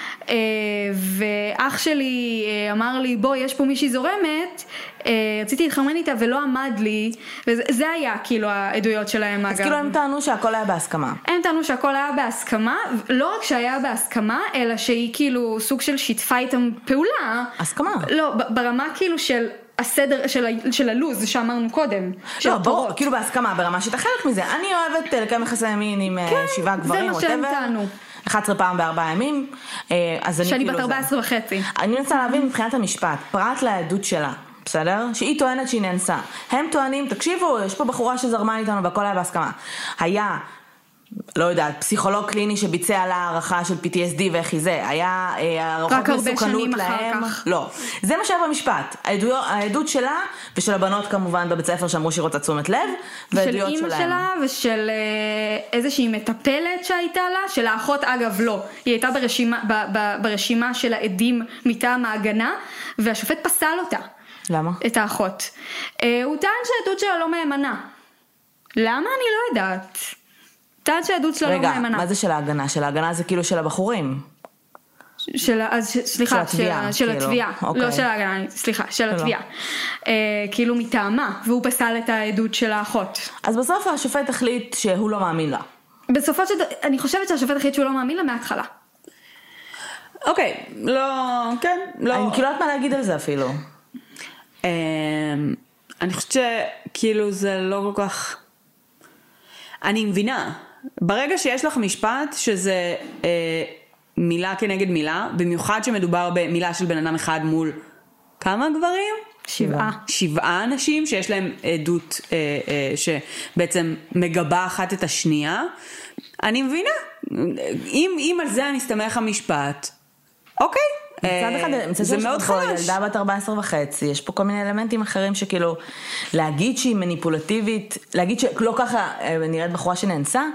ואח שלי אמר לי, בוא, יש פה מישהי זורמת, רציתי להתחרמן איתה ולא עמד לי, וזה היה כאילו העדויות שלהם. אז כאילו הם טענו שהכל היה בהסכמה. הם טענו שהכל היה בהסכמה, לא רק שהיה בהסכמה, אלא שהיא כאילו סוג של שיתפה איתם פעולה. הסכמה. לא, ברמה כאילו של הסדר, של, של הלוז שאמרנו קודם. לא, ברור, כאילו בהסכמה, ברמה שאתה חלק מזה. אני אוהבת לקיים יחסי מין עם כן, שבעה גברים, זה מה שהם טענו. אחת עשרה פעם בארבעה ימים, אז אני שאני כאילו... בת ארבע עשרה וחצי. אני רוצה להבין מבחינת המשפט, פרט לעדות שלה, בסדר? שהיא טוענת שהיא נאנסה. הם טוענים, תקשיבו, יש פה בחורה שזרמה איתנו והכל היה בהסכמה. היה, לא יודעת, פסיכולוג קליני שביצע לה הערכה של פי טי אס די ואיך זה, היה הערכות מסוכנות להם. לא, זה מה שהיה במשפט. העדות שלה ושל הבנות כמובן בבית ספר שאמרו שהיא רוצה תשומת לב, והעדויות שלהם. של אימא שלה ושל איזושהי מטפלת שהייתה לה, של האחות אגב לא. היא הייתה ברשימה, ברשימה של העדים מטעם ההגנה, והשופט פסל אותה. למה? את האחות. הוא טען שהעדות שלה לא מהימנה. למה? אני לא יודעת. טען שהעדות שלה לא מהימנה. רגע, מה זה של ההגנה? של ההגנה זה כאילו של הבחורים. של, אז, סליחה, של התביעה, של התביעה, לא של ההגנה, סליחה, של התביעה. כאילו מטעמה, והוא פסל את העדות של האחות. אז בסוף השופט החליט שהוא לא מאמין לה. בסופו של דבר, אני חושבת שהשופט החליט שהוא לא מאמין לה מההתחלה. אוקיי, לא, כן, לא. אני כאילו לא יודעת מה להגיד על זה אפילו. אני חושבת שכאילו זה לא כל כך... אני מבינה, ברגע שיש לך משפט שזה אה, מילה כנגד מילה, במיוחד שמדובר במילה של בן אדם אחד מול כמה גברים? שבעה. שבעה אנשים שיש להם עדות אה, אה, שבעצם מגבה אחת את השנייה. אני מבינה, אם, אם על זה אני אסתמך המשפט, אוקיי. מצד אחד, מצד זה מאוד חלש. ילדה בת ארבע עשרה וחצי, יש פה כל מיני אלמנטים אחרים שכאילו, להגיד שהיא מניפולטיבית, להגיד שלא ככה נראית בחורה שנאנסה,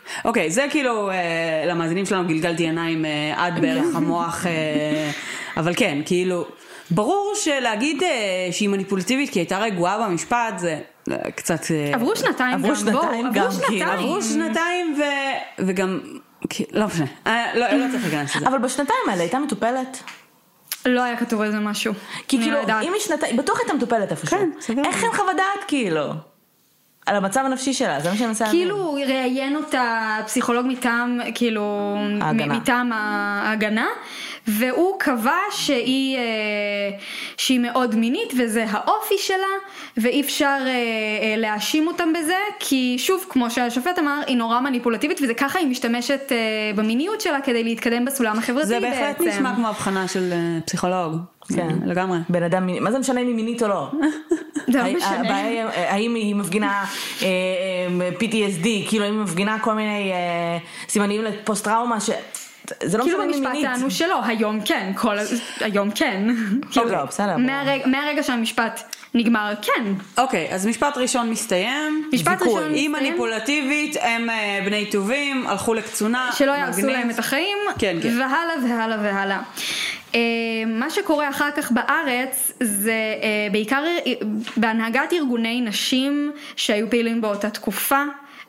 אוקיי, זה כאילו, למאזינים שלנו גלגלתי עיניים עד בערך המוח, אבל כן, כאילו, ברור שלהגיד שהיא מניפולטיבית כי הייתה רגועה במשפט, זה קצת... עברו שנתיים גם, עברו שנתיים גם, עברו שנתיים. עברו שנתיים וגם, לא משנה, לא צריך להיכנס לזה. אבל בשנתיים האלה הייתה מטופלת. לא היה כתוב על זה משהו. כי כאילו, אם היא שנתיים, בטוח הייתה מטופלת איפשהו. כן, סגר. איך אין חוות דעת כאילו? על המצב הנפשי שלה, זה מה שאני מנסה להבין. כאילו הוא ראיין אותה פסיכולוג מטעם, כאילו, ההגנה. מטעם ההגנה, והוא קבע שהיא, שהיא מאוד מינית, וזה האופי שלה, ואי אפשר להאשים אותם בזה, כי שוב, כמו שהשופט אמר, היא נורא מניפולטיבית, וזה ככה היא משתמשת במיניות שלה, כדי להתקדם בסולם החברתי זה בעצם. בהחלט נשמע כמו הבחנה של פסיכולוג. כן. לגמרי. בן אדם מיני, מה זה משנה אם היא מינית או לא? זה לא משנה. האם היא מפגינה פי טי אס די, כאילו אם היא מפגינה כל מיני סימנים לפוסט טראומה, זה לא משנה אם היא כאילו מינית. במשפט טענו שלא, היום כן, היום כן. לא, בסדר. מהרגע שהמשפט נגמר, כן. אוקיי, אז משפט ראשון מסתיים. משפט ראשון מסתיים. היא מניפולטיבית, הם בני טובים, הלכו לקצונה. שלא יעשו להם את החיים. כן, כן. והלאה והלאה והלאה. מה שקורה אחר כך בארץ זה בעיקר בהנהגת ארגוני נשים שהיו פעילים באותה תקופה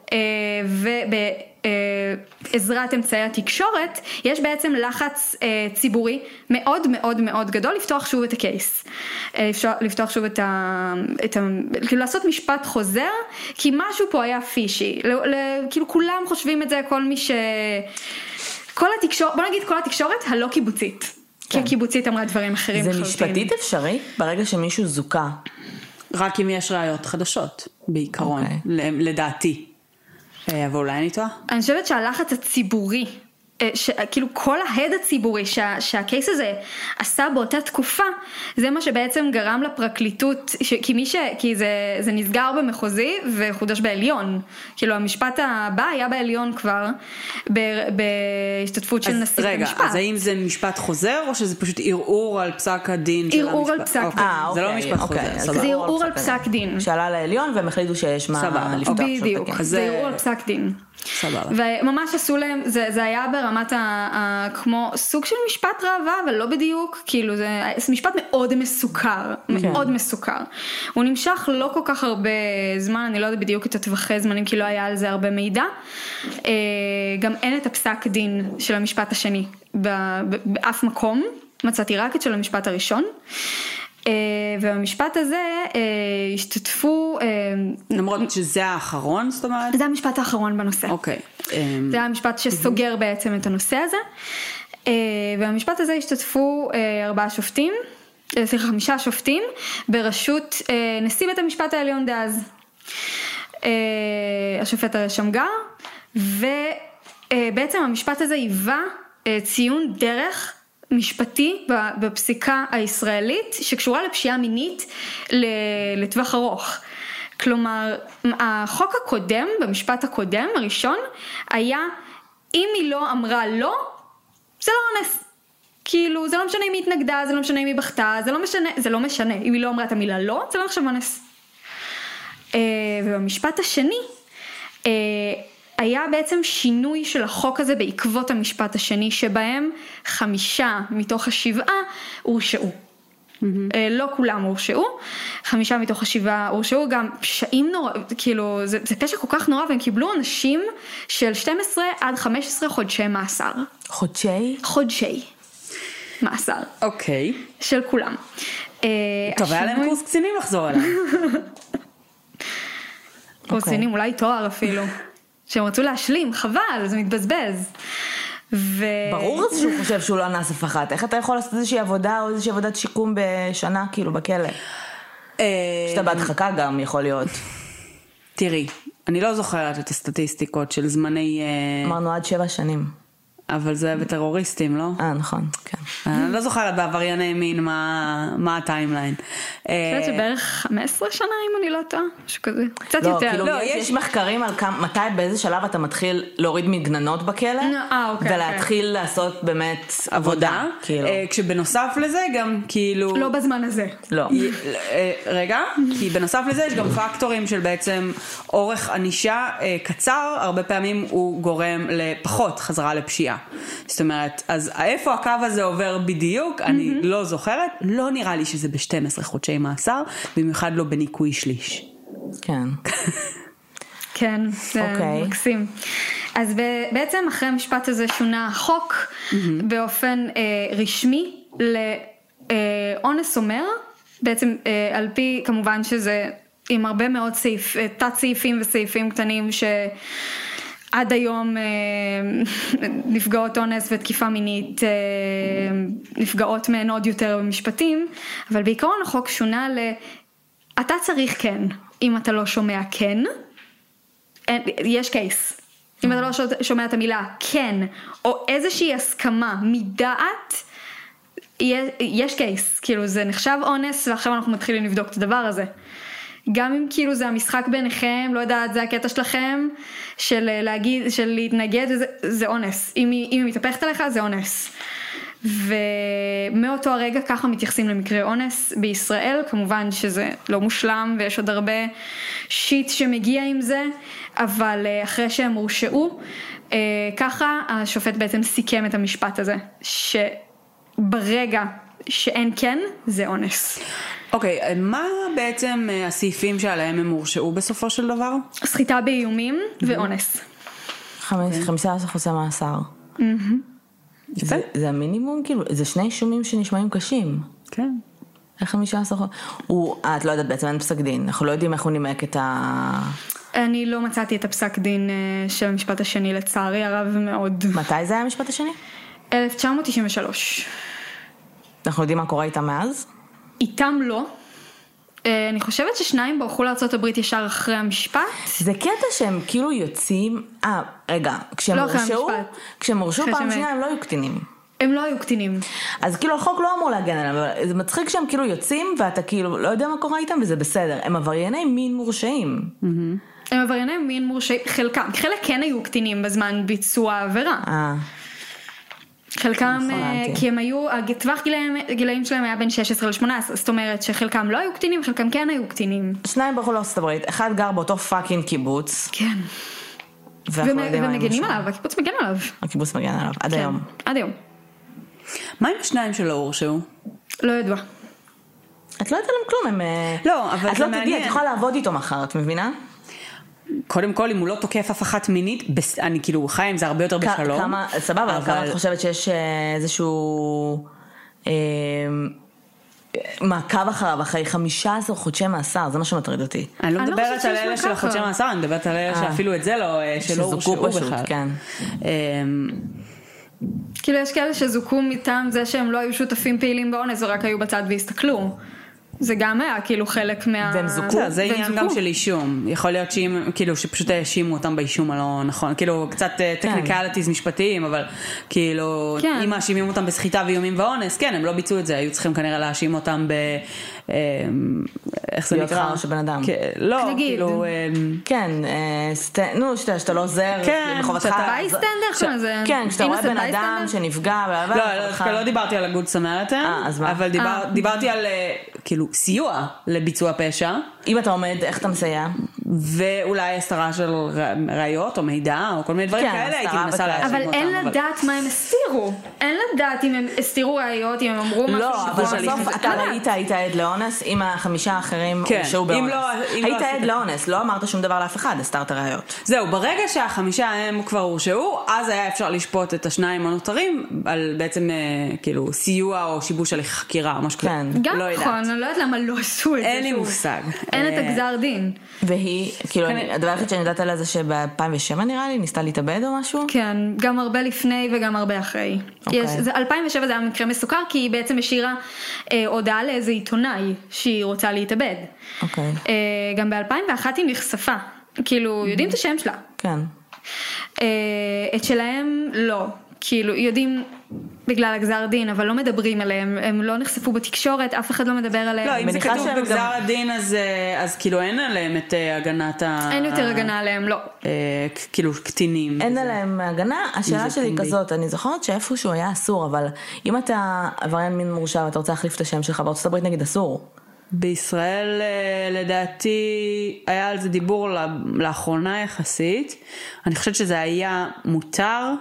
ובעזרת אמצעי התקשורת יש בעצם לחץ ציבורי מאוד מאוד מאוד גדול לפתוח שוב את הקייס, לפתוח שוב את ה... את ה... כאילו לעשות משפט חוזר, כי משהו פה היה פישי, כאילו כולם חושבים את זה, כל מי ש... כל התקשורת, בוא נגיד כל התקשורת הלא קיבוצית. כי הקיבוצית אמרה דברים אחרים. זה משפטית אפשרי ברגע שמישהו זוכה? רק אם יש ראיות חדשות, בעיקרון, לדעתי. אבל אולי אני טועה? אני חושבת שהלחץ הציבורי, כאילו כל ההד הציבורי שה, שהקייס הזה עשה באותה תקופה, זה מה שבעצם גרם לפרקליטות, ש, כי, מי ש, כי זה, זה נסגר במחוזי וחודש בעליון, כאילו המשפט הבא היה בעליון כבר, ב, בהשתתפות של נשיא רגע, המשפט. אז האם זה משפט חוזר או שזה פשוט ערעור על פסק הדין של המשפט? ערעור על פסק דין. אה, זה לא אוקיי, משפט אוקיי, חוזר. זה ערעור על פסק דין. שעלה לעליון והם החליטו שיש מה לפתוח שוב את בדיוק, הקייס. זה ערעור על פסק דין. סבבה. וממש עשו להם, זה, זה היה ברמת ה, ה, כמו סוג של משפט ראווה, אבל לא בדיוק, כאילו זה משפט מאוד מסוכר, מאוד מסוכר. הוא נמשך לא כל כך הרבה זמן, אני לא יודעת בדיוק את הטווחי זמנים, כי לא היה על זה הרבה מידע. גם אין את הפסק דין של המשפט השני באף מקום, מצאתי רק את של המשפט הראשון. ובמשפט הזה השתתפו, למרות שזה האחרון, זאת אומרת? זה המשפט האחרון בנושא. אוקיי. זה המשפט שסוגר בעצם את הנושא הזה. ובמשפט הזה השתתפו ארבעה שופטים, סליחה, חמישה שופטים, בראשות נשיא בית המשפט העליון דאז, השופט שמגר, ובעצם המשפט הזה היווה ציון דרך משפטי בפסיקה הישראלית שקשורה לפשיעה מינית לטווח ארוך. כלומר, החוק הקודם, במשפט הקודם, הראשון, היה, אם היא לא אמרה לא, זה לא אונס. כאילו, זה לא משנה אם היא התנגדה, זה לא משנה אם היא בכתה, זה לא משנה, זה לא משנה. אם היא לא אמרה את המילה לא, זה לא נחשב אונס. ובמשפט השני, היה בעצם שינוי של החוק הזה בעקבות המשפט השני, שבהם חמישה מתוך השבעה הורשעו. Mm-hmm. לא כולם הורשעו, חמישה מתוך השבעה הורשעו, גם פשעים נורא, כאילו, זה, זה פשע כל כך נורא, והם קיבלו אנשים של שתים עשרה עד חמש עשרה חודשי מאסר. חודשי? חודשי מאסר. אוקיי. Okay. של כולם. טוב, היה להם קורס קצינים לחזור אליו. קורס קצינים, אולי תואר אפילו. שהם רצו להשלים, חבל, זה מתבזבז. ו... ברור שהוא חושב שהוא לא אנס אף אחת. איך אתה יכול לעשות איזושהי עבודה או איזושהי עבודת שיקום בשנה, כאילו, בכלא? שאתה בהדחקה גם יכול להיות. תראי, אני לא זוכרת את הסטטיסטיקות של זמני... אמרנו עד שבע שנים. אבל זה בטרוריסטים, לא? אה, נכון, כן. אני לא זוכרת בעברייני מין מה הטיימליין. אני חושבת שבערך חמש עשרה שנה, אם אני לא טועה, משהו כזה. קצת לא, יותר. כאילו, לא, יש, יש- יש מחקרים על כמה, מתי, באיזה שלב אתה מתחיל להוריד מגננות בכלא, אה, אוקיי, ולהתחיל לעשות באמת עבודה, כאילו. אה, כשבנוסף לזה גם כאילו... לא בזמן הזה. לא. י- אה, רגע, כי בנוסף לזה יש גם פקטורים של בעצם אורך ענישה אה, קצר, הרבה פעמים הוא גורם לפחות חזרה לפשיעה. זאת אומרת, אז איפה הקו הזה עובר בדיוק, אני לא זוכרת, לא נראה לי שזה ב-שנים עשר חודשי מאסר, במיוחד לא בניקוי שליש. כן. כן, זה אוקיי. מקסים. אז ב- בעצם אחרי המשפט הזה שונה החוק באופן אה, רשמי לאונס אומר, בעצם אה, על פי כמובן שזה עם הרבה מאוד סעיף, אה, תת סעיפים וסעיפים קטנים שעד היום אה, נפגעות אונס ותקיפה מינית אה, נפגעות מהן עוד יותר במשפטים, אבל בעיקרון החוק שונה ל... אתה צריך כן, אם אתה לא שומע כן, אין, יש קייס. אם אתה לא שומע את המילה כן, או איזושהי הסכמה מדעת, יש, יש קייס. כאילו זה נחשב אונס, ועכשיו אנחנו מתחילים לבדוק את הדבר הזה. גם אם כאילו זה המשחק ביניכם, לא יודעת, זה הקטע שלכם, של להגיד, של להתנגד, זה, זה אונס. אם היא, אם היא מתהפכת עליך, זה אונס. ומאותו הרגע ככה מתייחסים למקרה אונס בישראל, כמובן שזה לא מושלם ויש עוד הרבה שיט שמגיע עם זה, אבל אחרי שהם הורשעו, ככה השופט בעצם סיכם את המשפט הזה, שברגע שאין כן, זה אונס. אוקיי, okay, מה בעצם הסעיפים שעליהם הם הורשעו בסופו של דבר? סחיטה באיומים ואונס. חמישה עשר חודשי מאסר. זה, זה המינימום, כאילו, זה שני אישומים שנשמעים קשים. כן. איך חמישה עשר חודשים? הוא, את לא יודעת, בעצם אין פסק דין. אנחנו לא יודעים איך הוא נימק את ה... אני לא מצאתי את הפסק דין של המשפט השני, לצערי הרב מאוד. מתי זה היה המשפט השני? אלף תשע מאות תשעים ושלוש. אנחנו יודעים מה קורה איתם מאז? איתם לא. אני חושבת ששניים ברחו לארצות הברית ישר אחרי המשפט. זה קטע שהם כאילו יוצאים... אה, רגע, כשהם לא אחרי הורשעו, המשפט. כשהם הורשעו אחרי פעם שהם- שנייה הם לא היו קטינים. הם לא היו קטינים. אז כאילו החוק לא אמור להגן עליהם, אבל זה מצחיק שהם כאילו יוצאים ואתה כאילו לא יודע מה קורה איתם וזה בסדר. הם עברייני מין מורשעים. הם עברייני מין מורשעים, חלקם, חלק כן היו קטינים בזמן ביצוע העבירה. אה, חלקם, נכון, אה, הבנתי. כי הם היו, הטווח גילאים, גילאים שלהם היה בין שש עשרה ל-שמונה עשרה, זאת אומרת שחלקם לא היו קטינים, חלקם כן היו קטינים. שניים ברחו לארצות הברית, אחד גר באותו פאקינג קיבוץ. כן. ואנחנו לא יודעים מה הם ומגנים שם. עליו, הקיבוץ מגן עליו. הקיבוץ מגן עליו, עד כן, היום. עד היום. מה עם השניים שלא הורשעו? לא ידוע. את לא יודעת עליהם כלום, הם... אה, לא, אבל את זה לא תדעי, מעניין. את יכולה לעבוד איתו מחר, את מבינה? קודם כל, אם הוא לא תוקף אף אחת מינית, בס... אני כאילו חי עם זה הרבה יותר בשלום. כמה, סבבה, אבל אבל- כמה את חושבת שיש אה, איזשהו אה, מעקב אחריו, אחרי חמישה עשר חודשי מאסר, זה מה שמטריד אותי. אני לא אני לא מדברת חושבת על שיש אלה של מעקב. החודשי מאסר, אני מדברת על אלה אה. שאפילו את זה לא, שלא שזוכו הורשעו פשוט, בכלל. כן. אמ, כאילו יש כאלה שזוכו מטעם זה שהם לא היו שותפים פעילים באונס ורק היו בצד והסתכלו. זה גם היה כאילו חלק מה... והם זוכו? בסדר, זה והם עניין זוכו. גם של אישום. יכול להיות שאם, כאילו, שפשוט האשימו אותם באישום הלא נכון. כאילו, קצת טכניקליטיז משפטיים, אבל כאילו, כן. אם מאשימים אותם בסחיטה ואיומים ואונס, כן, הם לא ביצעו את זה. היו צריכים כנראה להאשים אותם ב... אמ, איך זה להיות נקרא? חרא של בן אדם. כן, לא, נגיד. כאילו... אמ, כן, אה, סט... נו, שאתה, שאתה לא עוזר, כן, מחובתך. שאתה- בייסטנדר ש- כמו זה. כן, כשאתה רואה innocent בן אדם bystander? שנפגע, לא, לא, לא דיברתי על הגוד סמרטן, אה, אז מה? אבל דיבר, אה. דיברתי על אה, כאילו סיוע לביצוע פשע, אם אתה עומד, איך אתה מסייע? ואולי הסתרה של ר- ראיות או מידע או כל מיני דברים כן, כאלה, הייתי הסתרה מנסה וכאלה. להאשים אבל אותם. אין לדעת מה הם הסתירו. אין לדעת אם הם הסתירו ראיות, אם הם אמרו משהו. לא, אבל שבו בסוף אני- אתה לא ראית, היית עד לאונס, אם החמישה האחרים כן, הורשעו אם באונס. לא- אם היית לא עד עשית- לאונס, לא אמרת שום דבר לאף אחד, הסתרת ראיות. זהו, ברגע שהחמישה הם כבר הורשעו, אז היה אפשר לשפוט את השניים הנותרים על בעצם אה, כאילו סיוע או שיבוש הליך חקירה או משהו כזה. כן. גם לא יודעת. נכון, אני לא יודעת למה לא עשו את זה. אין לי שוב. מושג. אין את אה, הגזר דין. והיא, כאילו, כן. אני- הדבר היחיד שאני יודעת עליה זה שב-אלפיים ושבע נראה לי, ניסתה להתאבד או משהו? כן, גם הרבה לפני וגם הרבה אחרי. אוקיי. יש, זה, אלפיים ושבע זה היה מקרה מסוכר, כי היא בעצם השאירה אה, הודעה לאיזה עיתונאי שהיא רוצה להתאבד. אוקיי. אה, גם ב-אלפיים ואחת היא נחשפה. כאילו, יודעים את השם שלה. כן. אה, את שלהם לא. כאילו יודעים בגלל הגזר דין, אבל לא מדברים עליהם, הם לא נחשפו בתקשורת, אף אחד לא מדבר עליהם. לא, אם זה כתוב בגזר הדין, אז, אז כאילו אין עליהם את הגנת ה... אין יותר הגנה עליהם, לא. כאילו קטינים. אין עליהם הגנה, השאלה שלי כזאת, אני זוכרת שאיפשהו היה אסור, אבל אם אתה עבריין מין מורשע ואתה רוצה להחליף את השם שלך, בארצות הברית נגיד אסור. בישראל לדעתי היה על זה דיבור לאחרונה יחסית, אני חושבת שזה היה מותר,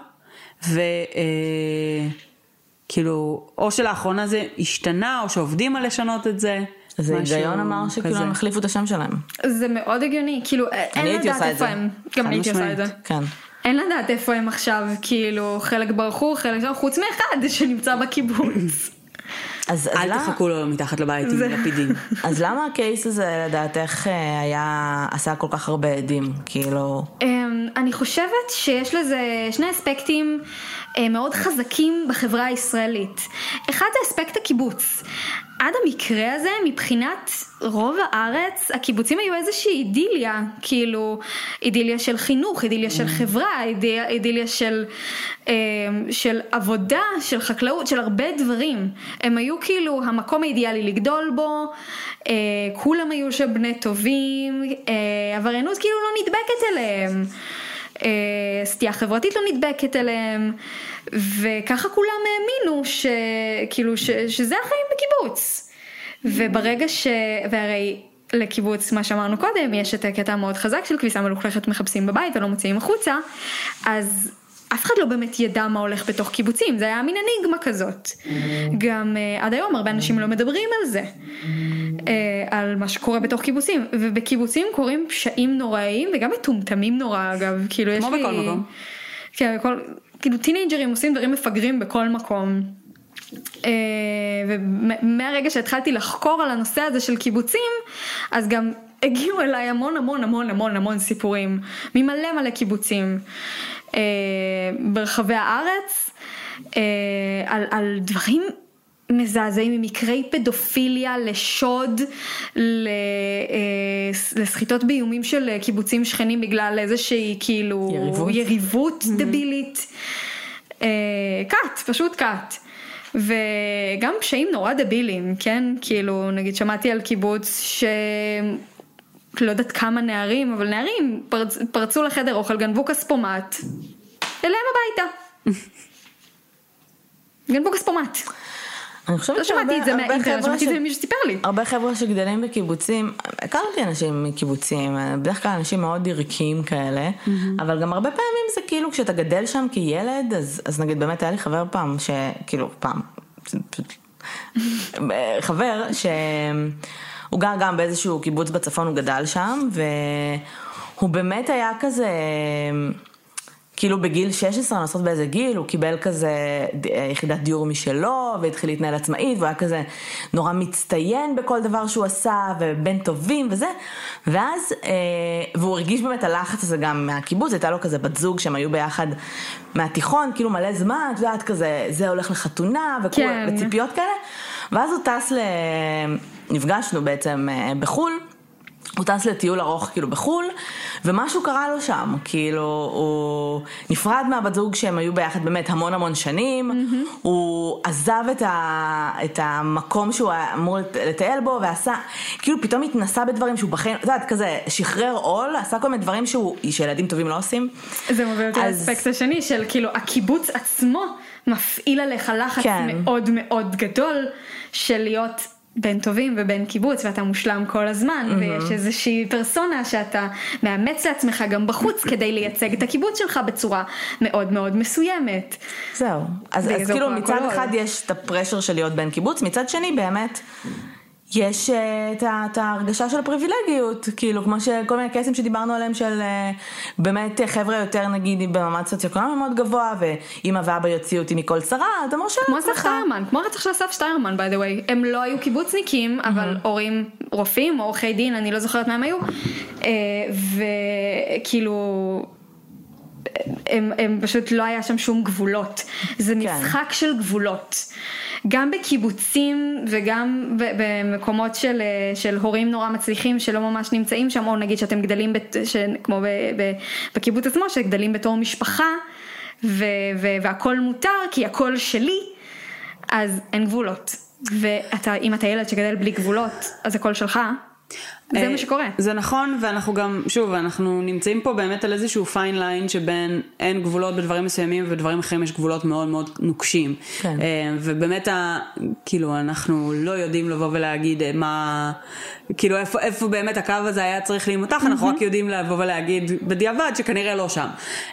וכאילו או שלאחרונה זה השתנה או שעובדים על לשנות את זה. זה היגיון אמר שכאילו הם החליפו את השם שלהם. זה מאוד הגיוני, כאילו אין לדעת איפה הם, גם אני הייתי עושה את זה. כן. אין לדעת איפה הם עכשיו, כאילו חלק ברחו, חלק שם, חוץ מאחד שנמצא בקיבוץ. אז אל תחכו לו מתחת לבית עם לפידים. אז למה הקייס הזה לדעתך היה, עשה כל כך הרבה עדים? כאילו... אני חושבת שיש לזה שני אספקטים מאוד חזקים בחברה הישראלית. אחד זה אספקט הקיבוץ. עד המקרה הזה, מבחינת רוב הארץ, הקיבוצים היו איזושהי אידיליה, כאילו אידיליה של חינוך, אידיליה של חברה, אידיליה, אידיליה של, של עבודה, של חקלאות, של הרבה דברים. הם היו כאילו המקום האידיאלי לגדול בו, כולם היו שם בני טובים, עבריינות כאילו לא נדבקת אליהם. סטייה חברתית לא נדבקת אליהם, וככה כולם האמינו שכאילו ש, שזה החיים בקיבוץ. וברגע ש... והרי לקיבוץ, מה שאמרנו קודם, יש את הקטע מאוד חזק של כביסה מלוכלכת מחפשים בבית ולא מוציאים החוצה, אז אף אחד לא באמת ידע מה הולך בתוך קיבוצים, זה היה מין אניגמה כזאת. גם עד היום הרבה אנשים לא מדברים על זה, על מה שקורה בתוך קיבוצים, ובקיבוצים קורים פשעים נוראיים, וגם מטומטמים נורא אגב, כאילו יש לי... כמו בכל מקום. כן, בכל... כאילו טינג'רים עושים דברים מפגרים בכל מקום. ומהרגע שהתחלתי לחקור על הנושא הזה של קיבוצים, אז גם הגיעו אליי המון המון המון המון המון סיפורים, ממלא מלא קיבוצים. ברחבי הארץ על, על דברים מזעזעים, ממקרי פדופיליה לשוד, לסחיטות באיומים של קיבוצים שכנים בגלל איזושהי כאילו יריבות, יריבות דבילית. קאט, פשוט קאט. וגם פשעים נורא דבילים, כן? כאילו נגיד שמעתי על קיבוץ ש... לא יודעת כמה נערים, אבל נערים פרצ... פרצו לחדר אוכל, גנבו כספומט, אליהם הביתה. גנבו כספומט. אני חושבת לא שמעתי את זה מהאינטרנט, שמעתי את זה ממי שסיפר לי. הרבה חבר'ה שגדלים בקיבוצים, הכרתי אנשים מקיבוצים, בדרך כלל אנשים מאוד ערכיים כאלה, אבל גם הרבה פעמים זה כאילו כשאתה גדל שם כילד, אז, אז נגיד באמת היה לי חבר פעם, שכאילו פעם, חבר ש... הוא גר גם באיזשהו קיבוץ בצפון, הוא גדל שם, והוא באמת היה כזה, כאילו בגיל שש עשרה, נעשות באיזה גיל, הוא קיבל כזה יחידת דיור משלו, והתחיל להתנהל עצמאית, והוא היה כזה נורא מצטיין בכל דבר שהוא עשה, ובן טובים וזה, ואז, והוא הרגיש באמת הלחץ הזה גם מהקיבוץ, הייתה לו כזה בת זוג שהם היו ביחד מהתיכון, כאילו מלא זמן, את יודעת כזה, זה הולך לחתונה, כן. וציפיות כאלה, ואז הוא טס ל... נפגשנו בעצם בחול, הוא טס לטיול ארוך כאילו בחול, ומשהו קרה לו שם, כאילו הוא נפרד מהבת זוג שהם היו ביחד באמת המון המון שנים, mm-hmm. הוא עזב את, ה, את המקום שהוא אמור לטייל בו, ועשה, כאילו פתאום התנסה בדברים שהוא בחיים, אתה יודעת, כזה שחרר עול, עשה כל מיני דברים שהוא, שילדים טובים לא עושים. זה מוביל אותי אז... לאספקט השני של כאילו הקיבוץ עצמו מפעיל עליך לחץ כן. מאוד מאוד גדול של להיות... בין טובים ובין קיבוץ, ואתה מושלם כל הזמן, mm-hmm. ויש איזושהי פרסונה שאתה מאמץ לעצמך גם בחוץ, כדי לייצג את הקיבוץ שלך בצורה מאוד מאוד מסוימת. זהו. אז, אז כאילו מצד אחד יש את הפרשר של להיות בין קיבוץ, מצד שני באמת יש את, את ההרגשה של הפריבילגיות, כאילו כמו שכל מיני קייסים שדיברנו עליהם של באמת חבר'ה יותר נגיד במעמד סוציו-אקונומי מאוד גבוה, ואמא ואבא יוציאו אותי מכל צרה, אתה מרשה כמו אסף שטיירמן, כמו רצח של אסף שטיירמן by the way, הם לא היו קיבוצניקים, אבל הורים רופאים או עורכי דין, אני לא זוכרת מה הם היו, וכאילו... הם, הם פשוט לא היה שם שום גבולות, זה משחק כן. של גבולות, גם בקיבוצים וגם במקומות של, של הורים נורא מצליחים שלא ממש נמצאים שם, או נגיד שאתם גדלים בת, ש, כמו ב, ב, בקיבוץ עצמו שגדלים בתור משפחה, ו- ו- והכל מותר כי הכל שלי, אז אין גבולות. ואתה, אם אתה ילד שגדל בלי גבולות, אז הכל שלך. זה מה שקורה. זה נכון, ואנחנו גם, שוב, אנחנו נמצאים פה באמת על איזשהו פיין ליין שבין אין גבולות בדברים מסוימים ובדברים אחרים יש גבולות מאוד מאוד נוקשים. כן. ובאמת, כאילו, אנחנו לא יודעים לבוא ולהגיד מה, כאילו, איפה, איפה באמת הקו הזה היה צריך להימותח, אנחנו רק יודעים לבוא ולהגיד בדיעבד שכנראה לא שם.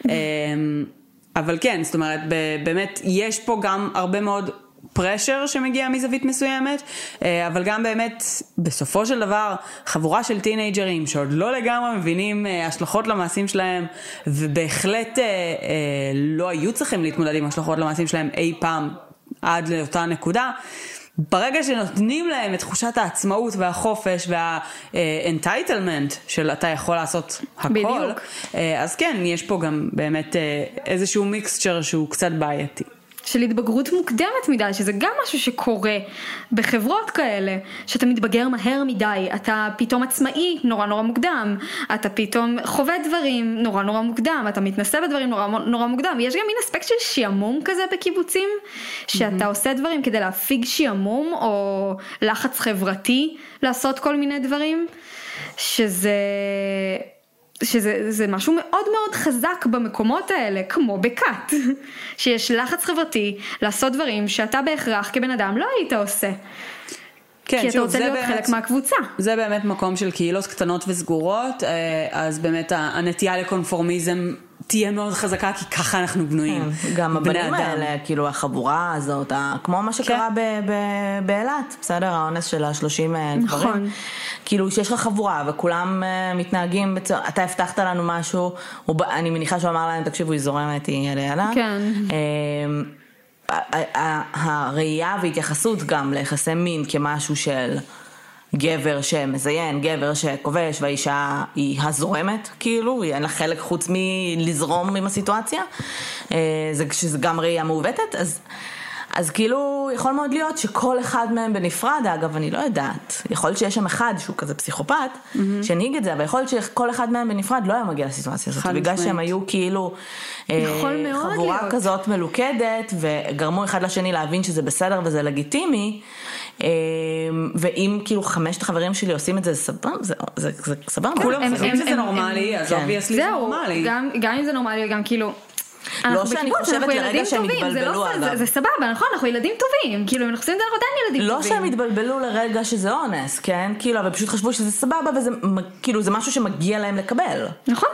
אבל כן, זאת אומרת, באמת, יש פה גם הרבה מאוד פרשר שמגיע מזווית מסוימת, אבל גם באמת בסופו של דבר חבורה של טינאג'רים שעוד לא לגמרי מבינים השלכות למעשים שלהם, ובהחלט לא היו צריכים להתמודד עם השלכות למעשים שלהם אי פעם עד לאותה נקודה. ברגע שנותנים להם את תחושת העצמאות והחופש והאנטייטלמנט של אתה יכול לעשות הכל, בדיוק. אז כן, יש פה גם באמת איזשהו מיקסצ'ר שהוא קצת בעייתי. של התבגרות מוקדמת מדי, שזה גם משהו שקורה בחברות כאלה, שאתה מתבגר מהר מדי, אתה פתאום עצמאי נורא נורא מוקדם, אתה פתאום חווה דברים נורא נורא מוקדם, אתה מתנסה בדברים נורא נורא מוקדם, יש גם מין אספקט של שיעמום כזה בקיבוצים, שאתה mm-hmm. עושה דברים כדי להפיג שיעמום, או לחץ חברתי לעשות כל מיני דברים, שזה... שזה זה משהו מאוד מאוד חזק במקומות האלה, כמו בקאט, שיש לחץ חברתי לעשות דברים שאתה בהכרח כבן אדם לא היית עושה. כן, כי שוב, אתה רוצה להיות באמת, חלק מהקבוצה. זה באמת מקום של קהילות קטנות וסגורות, אז באמת הנטייה לקונפורמיזם תהיה מאוד חזקה, כי ככה אנחנו בנויים. גם הבנים האלה, כאילו החבורה הזאת, כמו מה שקרה באילת, בסדר, האונס של השלושים גברים. כאילו שיש לך חבורה וכולם מתנהגים, אתה הבטחת לנו משהו, אני מניחה שהוא אמר להם, תקשיבו, היא זורמת, היא יאללה יאללה. כן. הראייה והתייחסות גם ליחסי מין כמשהו של גבר שמזיין, גבר שכובש, והאישה היא הזורמת, כאילו, אין לה חלק חוץ מלזרום עם הסיטואציה, זה, שזה גם ראייה מעוותת, אז, אז כאילו יכול מאוד להיות שכל אחד מהם בנפרד, אגב אני לא יודעת, יכול להיות שיש שם אחד שהוא כזה פסיכופת, mm-hmm. שנהיג את זה, אבל יכול להיות שכל אחד מהם בנפרד לא היה מגיע לסיטואציה הזאת, בגלל שהם היו כאילו חבורה להיות. כזאת מלוכדת, וגרמו אחד לשני להבין שזה בסדר וזה לגיטימי, ואם כאילו חמשת החברים שלי עושים את זה, סבבה, זה, זה, זה סבבה. כולם חושבים שזה נורמלי, אז אובייסלי זה נורמלי. גם אם זה נורמלי, גם כאילו... לא שאני חושבת לרגע שהם התבלבלו עליו. זה סבבה, נכון? אנחנו ילדים טובים. כאילו, אנחנו עושים את זה, אנחנו עדיין ילדים טובים. לא שהם התבלבלו לרגע שזה אונס, כן? כאילו, אבל פשוט חשבו שזה סבבה, וזה כאילו, זה משהו שמגיע להם לקבל. נכון.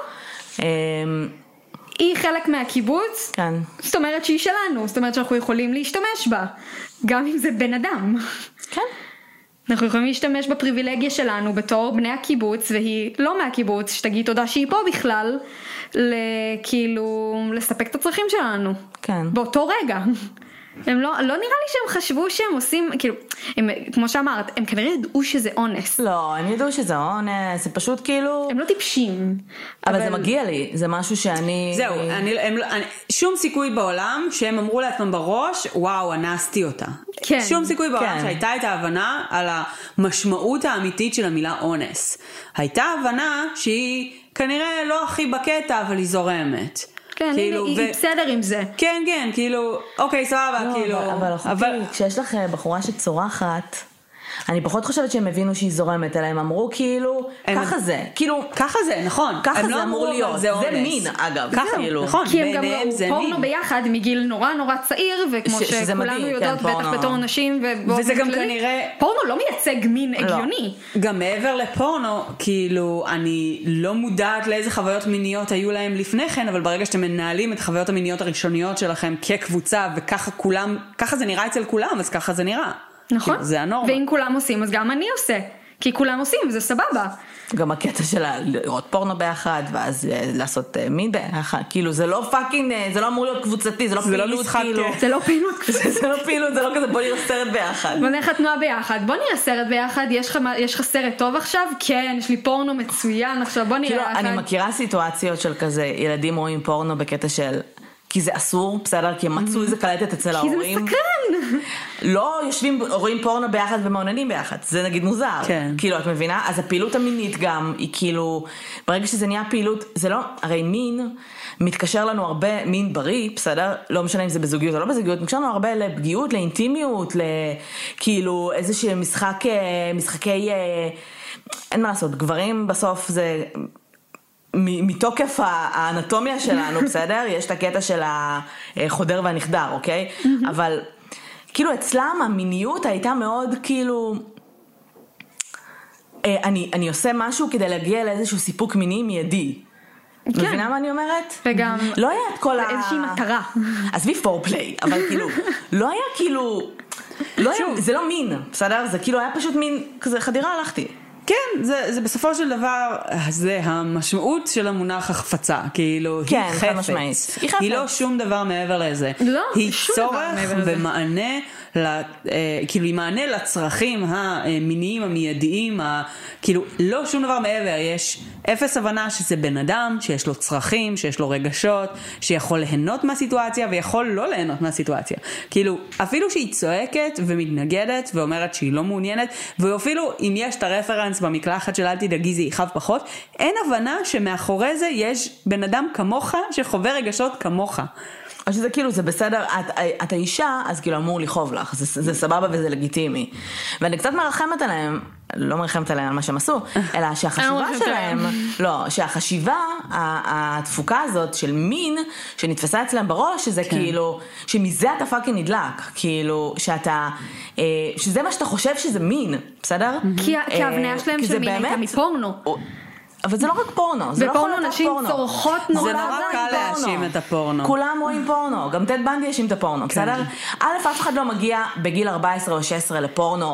היא חלק מהקיבוץ. כן. זאת אומרת שהיא שלנו. זאת אומרת שאנחנו יכולים להשתמש בה. גם אם זה בן אדם. כן. אנחנו יכולים להשתמש בפריבילגיה שלנו בתור בני הקיבוץ, והיא לא מהקיבוץ, שתגיד תודה שהיא פה בכלל, כאילו לספק את הצרכים שלנו. כן. באותו רגע. הם לא, לא נראה לי שהם חשבו שהם עושים, כאילו, הם, כמו שאמרת, הם כנראה ידעו שזה אונס. לא, הם ידעו שזה אונס, זה פשוט כאילו... הם לא טיפשים. אבל, אבל... זה מגיע לי, זה משהו שאני... זהו, אני, הם, אני, שום סיכוי בעולם שהם אמרו לעצמם בראש, וואו, אנסתי אותה. כן. שום סיכוי בעולם כן. שהייתה את ההבנה על המשמעות האמיתית של המילה אונס. הייתה הבנה שהיא כנראה לא הכי בקטע, אבל היא זורמת. כן, כאילו, היא, ו... היא בסדר עם זה. כן, כן, כאילו, אוקיי, סבבה, לא, כאילו... אבל, אבל, אבל... אבל... כשיש לך בחורה שצורחת, אני פחות חושבת שהם הבינו שהיא זורמת, אלא הם אמרו כאילו, הם... ככה זה, כאילו... ככה זה, נכון. ככה זה לא אמור להיות, זה, זה מין, אגב. ככה, כאילו. נכון. כי הם גם ראו פורנו מין. ביחד מגיל נורא נורא צעיר, וכמו ש- שכולנו מדהים, יודעות, כן, בטח פורנו. בתור נשים, וזה גם כללי, כנראה... פורנו לא מייצג מין לא. הגיוני. גם מעבר לפורנו, כאילו, אני לא מודעת לאיזה חוויות מיניות היו להם לפני כן, אבל ברגע שאתם מנהלים את החוויות המיניות הראשוניות שלכם כקבוצה, וככה כולם, ככה זה נראה אצל כולם, אז ככה זה נראה. נכון, כאילו, זה הנורמה. ואם כולם עושים, אז גם אני עושה, כי כולם עושים, זה סבבה. גם הקטע של לראות פורנו ביחד, ואז לעשות מין ביחד, כאילו זה לא פאקינג, זה לא אמור להיות קבוצתי, זה לא פעילות, כאילו. זה לא פעילות קבוצתי. זה לא פעילות, זה לא כזה, בוא נראה סרט ביחד. בוא נראה תנועה ביחד, בוא נראה סרט ביחד, יש לך סרט טוב עכשיו? כן, יש לי פורנו מצוין, עכשיו בוא נראה ביחד. אני מכירה סיטואציות של כזה, ילדים רואים פורנו בקטע של... כי זה אסור, בסדר, כי הם מצאו איזה קלטת אצל ההורים. כי זה מסקרן לא יושבים, רואים פורנו ביחד ומעוננים ביחד, זה נגיד מוזר, כן. כאילו את מבינה? אז הפעילות המינית גם היא כאילו, ברגע שזה נהיה פעילות, זה לא, הרי מין מתקשר לנו הרבה, מין בריא, בסדר? לא משנה אם זה בזוגיות או לא בזוגיות, מתקשר לנו הרבה לפגיעות, לאינטימיות, לכאילו איזשהו משחק, משחקי, אין מה לעשות, גברים בסוף זה מתוקף האנטומיה שלנו, בסדר? יש את הקטע של החודר והנכדר, אוקיי? אבל כאילו אצלם המיניות הייתה מאוד כאילו, אני, אני עושה משהו כדי להגיע לאיזשהו סיפוק מיני מיידי. כן. מבינה מה אני אומרת? וגם לא היה את כל ה... איזושהי מטרה. עזבי פורפליי, אבל כאילו, לא היה כאילו, לא היה, זה לא מין, בסדר? זה כאילו היה פשוט מין, כזה חדירה הלכתי. כן, זה, זה בסופו של דבר, זה המשמעות של המונח החפצה, כאילו, כן, היא חד משמעית. חפץ. היא חפץ. היא לא שום דבר מעבר לזה. לא, היא שום דבר צורך מעבר לזה. ומענה, ל, אה, כאילו, היא מענה לצרכים המיניים, המיידיים, ה, כאילו, לא שום דבר מעבר. יש אפס הבנה שזה בן אדם, שיש לו צרכים, שיש לו רגשות, שיכול ליהנות מהסיטואציה, ויכול לא ליהנות מהסיטואציה. כאילו, אפילו שהיא צועקת ומתנגדת, ואומרת שהיא לא מעוניינת, ואפילו אם יש את הרפרנס במקלחת של אל תדאגי זה יכאב פחות, אין הבנה שמאחורי זה יש בן אדם כמוך שחווה רגשות כמוך. או שזה כאילו, זה בסדר, את, את האישה, אז כאילו אמור לכאוב לך, זה, זה סבבה וזה לגיטימי. ואני קצת מרחמת עליהם, לא מרחמת עליהם על מה שהם עשו, אלא שהחשיבה שלהם, לא, שהחשיבה, התפוקה הזאת של מין, שנתפסה אצלם בראש, שזה כאילו, שמזה אתה פאקינג נדלק, כאילו, שאתה, שזה מה שאתה חושב שזה מין, בסדר? כי ההבניה שלהם של מין הייתה מפורנו. אבל זה לא רק פורנו, זה לא יכול להיות נשים פורנו. צורכות נורא. זה נורא קל להאשים את הפורנו. כולם רואים פורנו, גם טד בנדי יאשים את הפורנו, בסדר? א', אף אחד לא מגיע בגיל ארבע עשרה או שש עשרה לפורנו.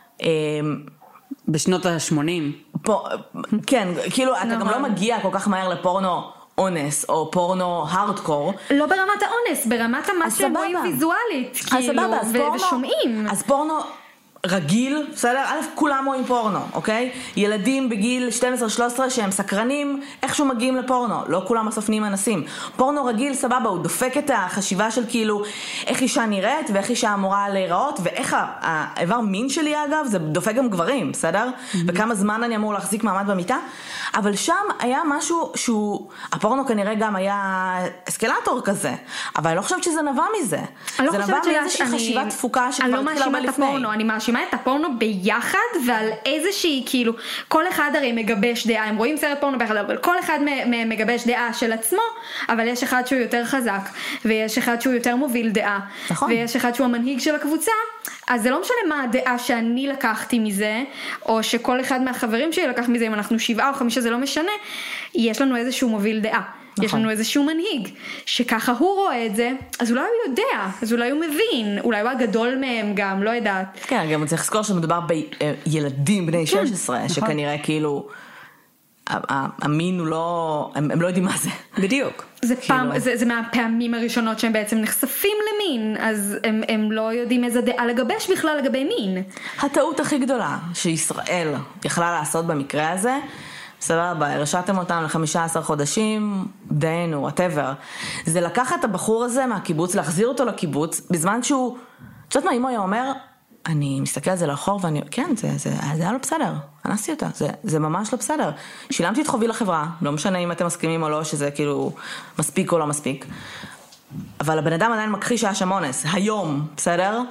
בשנות ה-שמונים. כן, כאילו אתה גם לא מגיע כל כך מהר לפורנו אונס או פורנו הארדקור. לא ברמת האונס, ברמת מה שהם רואים ויזואלית, כאילו, ושומעים. אז פורנו רגיל, בסדר? א', כולם רואים פורנו, אוקיי? ילדים בגיל שתים עשרה שלוש עשרה שהם סקרנים, איכשהו מגיעים לפורנו, לא כולם בסוף נהיים אנסים. פורנו רגיל, סבבה, הוא דופק את החשיבה של כאילו, איך אישה נראית ואיך אישה אמורה להיראות, ואיך האיבר מין שלי אגב, זה דופק גם גברים, בסדר? Mm-hmm. וכמה זמן אני אמור להחזיק מעמד במיטה, אבל שם היה משהו שהוא, הפורנו כנראה גם היה אסקלטור כזה, אבל אני לא חושבת שזה נבע מזה. לא זה נבע מאיזושהי חשיבה תפוקה שכבר התחילה הרבה לפני. אני מאשימה את הפורנו ביחד ועל איזושהי כאילו, כל אחד הרי מגבש דעה, הם רואים סרט פורנו ביחד, אבל כל אחד מגבש דעה של עצמו, אבל יש אחד שהוא יותר חזק, ויש אחד שהוא יותר מוביל דעה, נכון. ויש אחד שהוא המנהיג של הקבוצה, אז זה לא משנה מה הדעה שאני לקחתי מזה, או שכל אחד מהחברים שלי לקח מזה, אם אנחנו שבעה או חמישה זה לא משנה, יש לנו איזשהו מוביל דעה. נכון. יש לנו איזשהו מנהיג, שככה הוא רואה את זה, אז אולי הוא יודע, אז אולי הוא מבין, אולי הוא הגדול מהם גם, לא יודעת. כן, גם צריך לזכור שמדובר בילדים בני שש עשרה, כן, שכנראה נכון. כאילו, המין הוא לא, הם, הם לא יודעים מה זה. בדיוק. זה, פעם, זה, זה מהפעמים הראשונות שהם בעצם נחשפים למין, אז הם, הם לא יודעים איזה דעה לגבש בכלל לגבי מין. הטעות הכי גדולה שישראל יכלה לעשות במקרה הזה, סבבה, הרשעתם אותם ל-חמישה עשר חודשים, דיינו, whatever. זה לקחת את הבחור הזה מהקיבוץ, להחזיר אותו לקיבוץ, בזמן שהוא, את יודעת מה, אם הוא היה אומר, אני מסתכל על זה לאחור ואני, כן, זה, זה, זה היה לא בסדר, אנסתי אותה, זה, זה ממש לא בסדר. שילמתי את חובי לחברה, לא משנה אם אתם מסכימים או לא, שזה כאילו מספיק או לא מספיק. אבל הבן אדם עדיין מכחיש שהיה שם אונס, היום, בסדר?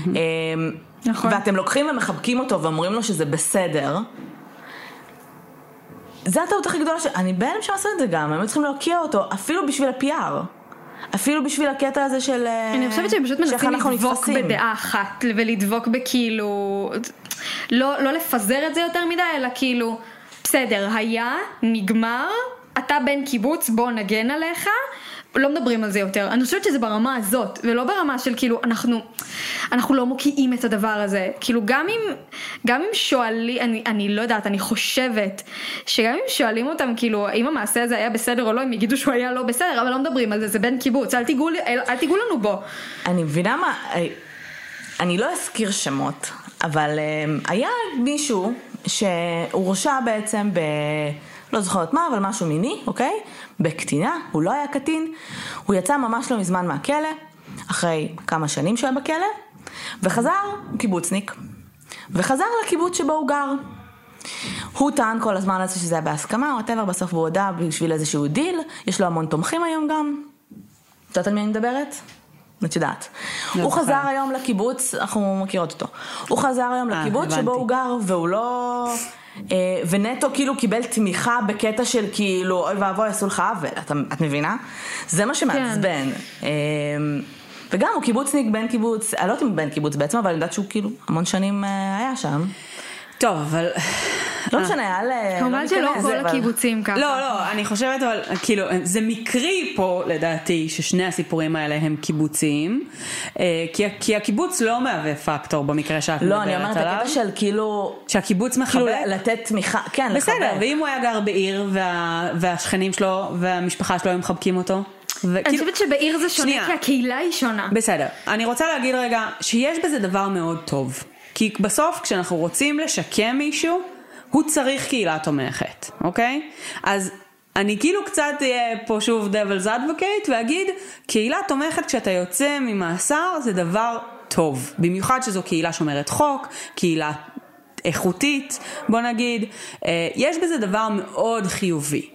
נכון. ואתם לוקחים ומחבקים אותו ואומרים לו שזה בסדר, זה הטעות הכי גדולה, אני בהלם שעשו את זה גם, הם צריכים להוקיע אותו, אפילו בשביל ה-פי אר, אפילו בשביל הקטע הזה של... אני חושבת שהם פשוט מנסים לדבוק בדעה אחת, ולדבוק בכאילו, לא, לא לפזר את זה יותר מדי, אלא כאילו, בסדר, היה, נגמר, אתה בן קיבוץ, בוא נגן עליך, לא מדברים על זה יותר. אני חושבת שזה ברמה הזאת, ולא ברמה של כאילו, אנחנו, אנחנו לא מוקיעים את הדבר הזה. כאילו, גם אם, גם אם שואלים, אני, אני לא יודעת, אני חושבת, שגם אם שואלים אותם, כאילו, האם המעשה הזה היה בסדר או לא, הם יגידו שהוא היה לא בסדר, אבל לא מדברים על זה, זה בן קיבוץ, אל תיגעו, אל, אל תיגעו לנו בו. אני מבינה מה, אני לא אזכיר שמות, אבל היה מישהו שהורשע בעצם ב... לא זוכרת מה, אבל משהו מיני, אוקיי? בקטינה, הוא לא היה קטין, הוא יצא ממש לא מזמן מהכלא, אחרי כמה שנים שהוא היה בכלא, וחזר, הוא קיבוצניק, וחזר לקיבוץ שבו הוא גר. הוא טען כל הזמן על זה שזה היה בהסכמה, או הטבר בסוף הוא הודע בשביל איזשהו דיל, יש לו המון תומכים היום גם. את יודעת על מי אני מדברת? את יודעת. הוא חזר היום לקיבוץ, אנחנו מכירות אותו. הוא חזר היום לקיבוץ שבו הוא גר, והוא לא... ונטו כאילו קיבל תמיכה בקטע של כאילו, אוי ואבוי עשו לך עוול, את מבינה? זה מה שמעצבן. וגם הוא קיבוצניק בן קיבוץ, אני לא יודעת אם בן קיבוץ בעצם, אבל אני יודעת שהוא כאילו המון שנים היה שם. טוב, אבל... לא משנה, היה... כמובן שלא כל הקיבוצים ככה. לא, לא, אני חושבת, אבל כאילו, זה מקרי פה, לדעתי, ששני הסיפורים האלה הם קיבוציים, כי הקיבוץ לא מהווה פקטור במקרה שאת מדברת עליו. לא, אני אומרת, הקטע של כאילו... שהקיבוץ מחבק? כאילו לתת תמיכה, כן, לחבק. בסדר, ואם הוא היה גר בעיר, והשכנים שלו והמשפחה שלו הם מחבקים אותו? אני חושבת שבעיר זה שונה, כי הקהילה היא שונה. בסדר, אני רוצה להגיד רגע, שיש בזה דבר מאוד טוב. כי בסוף כשאנחנו רוצים לשקם מישהו, הוא צריך קהילה תומכת, אוקיי? אז אני כאילו קצת אהיה פה שוב devil's advocate ואגיד, קהילה תומכת כשאתה יוצא ממאסר זה דבר טוב. במיוחד שזו קהילה שומרת חוק, קהילה איכותית, בוא נגיד. יש בזה דבר מאוד חיובי.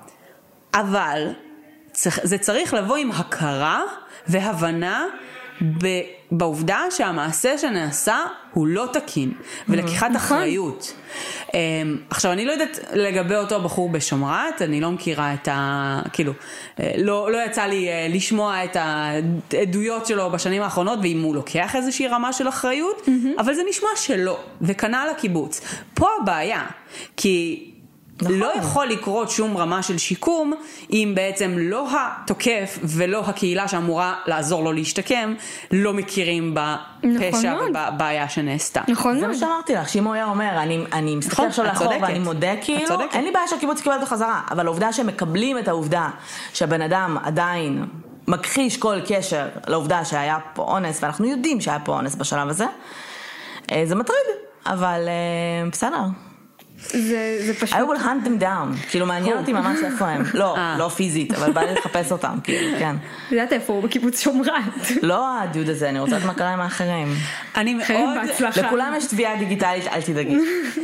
אבל זה צריך לבוא עם הכרה והבנה בעובדה שהמעשה שנעשה הוא לא תקין, ולקיחת אחריות. עכשיו, אני לא יודעת לגבי אותו בחור בשומרת, אני לא מכירה את ה... כאילו, לא, לא יצא לי לשמוע את העדויות שלו בשנים האחרונות, ואם הוא לוקח איזושהי רמה של אחריות, אבל זה נשמע שלא, וכנ"ל הקיבוץ. פה הבעיה, כי... נכון. לא יכול לקרות שום רמה של שיקום אם בעצם לא התוקף ולא הקהילה שאמורה לעזור לו להשתקם לא מכירים בפשע נכון ובבעיה שנעשתה. נכון. זה מה שאמרתי לך, שאם הוא היה אומר, אני, אני מסתכל נכון, עכשיו לאחור ואני מודה כאילו, אין לי בעיה שהקיבוץ קיבל את החזרה, אבל העובדה שהם מקבלים את העובדה שהבן אדם עדיין מכחיש כל קשר לעובדה שהיה פה אונס, ואנחנו יודעים שהיה פה אונס בשלב הזה, זה מטריד, אבל בסדר. זה, זה פשוט... I will hunt them down, כאילו מעניין אותי ממש איפה הם, לא, לא פיזית, אבל בא לי לחפש אותם, כאילו, כן. יודעת איפה הוא בקיבוץ שומרת. לא הדיוד הזה, אני רוצה את מה קרה עם האחרים. אני מאוד... לכולם יש תביעה דיגיטלית, אל תדאגי.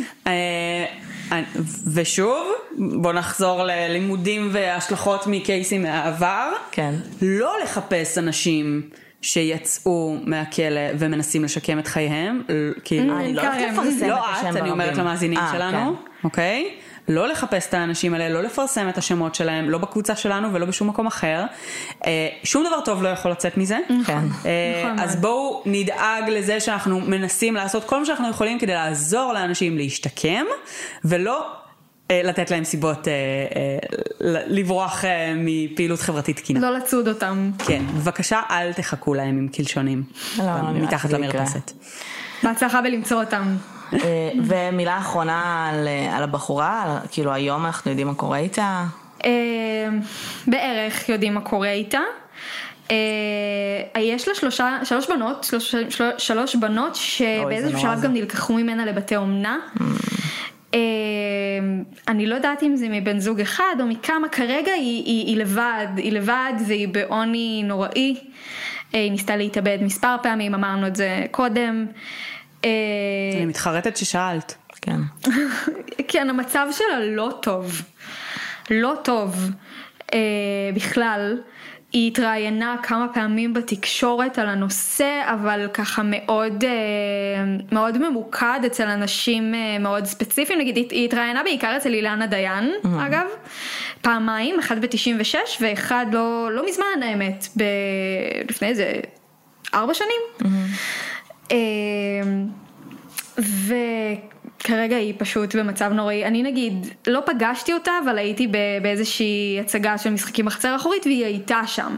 ושוב, בוא נחזור ללימודים והשלכות מקייסים מהעבר. כן. לא לחפש אנשים... שיצאו מהכלא ומנסים לשקם את חייהם, כאילו, אני לא הולכת לפרסם את השם ברבים. לא את, אני אומרת למאזינים שלנו, אוקיי? לא לחפש את האנשים האלה, לא לפרסם את השמות שלהם, לא בקבוצה שלנו ולא בשום מקום אחר. שום דבר טוב לא יכול לצאת מזה. אז בואו נדאג לזה שאנחנו מנסים לעשות כל מה שאנחנו יכולים כדי לעזור לאנשים להשתקם, ולא לתת להם סיבות לברוח מפעילות חברתית תקינה. לא לצוד אותם. כן, בבקשה אל תחכו להם עם קלשונים מתחת למרפסת. בהצלחה בלמצוא אותם. ומילה אחרונה על, על הבחורה, כאילו היום אנחנו יודעים מה קורה איתה? בערך יודעים מה קורה איתה. יש לה שלושה, שלוש בנות, שלוש, שלוש בנות שבאיזשהו שלב גם נלקחו ממנה לבתי אומנה. אני לא יודעת אם זה מבן זוג אחד או מכמה, כרגע היא, היא, היא לבד, היא לבד והיא בעוני נוראי. היא ניסתה להתאבד מספר פעמים, אמרנו את זה קודם. אני מתחרטת ששאלת. כן. כן, המצב שלה לא טוב. לא טוב בכלל. היא התראיינה כמה פעמים בתקשורת על הנושא, אבל ככה מאוד, מאוד ממוקד אצל אנשים מאוד ספציפיים. נגיד, היא התראיינה בעיקר אצל אילנה דיין, mm-hmm. אגב, פעמיים, אחד ב-תשעים ושש ואחד לא, לא מזמן האמת, ב... לפני איזה ארבע שנים. Mm-hmm. ו... כרגע היא פשוט במצב נוראי. אני נגיד, לא פגשתי אותה, אבל הייתי באיזושהי הצגה של משחקים בחצר האחורית, והיא הייתה שם.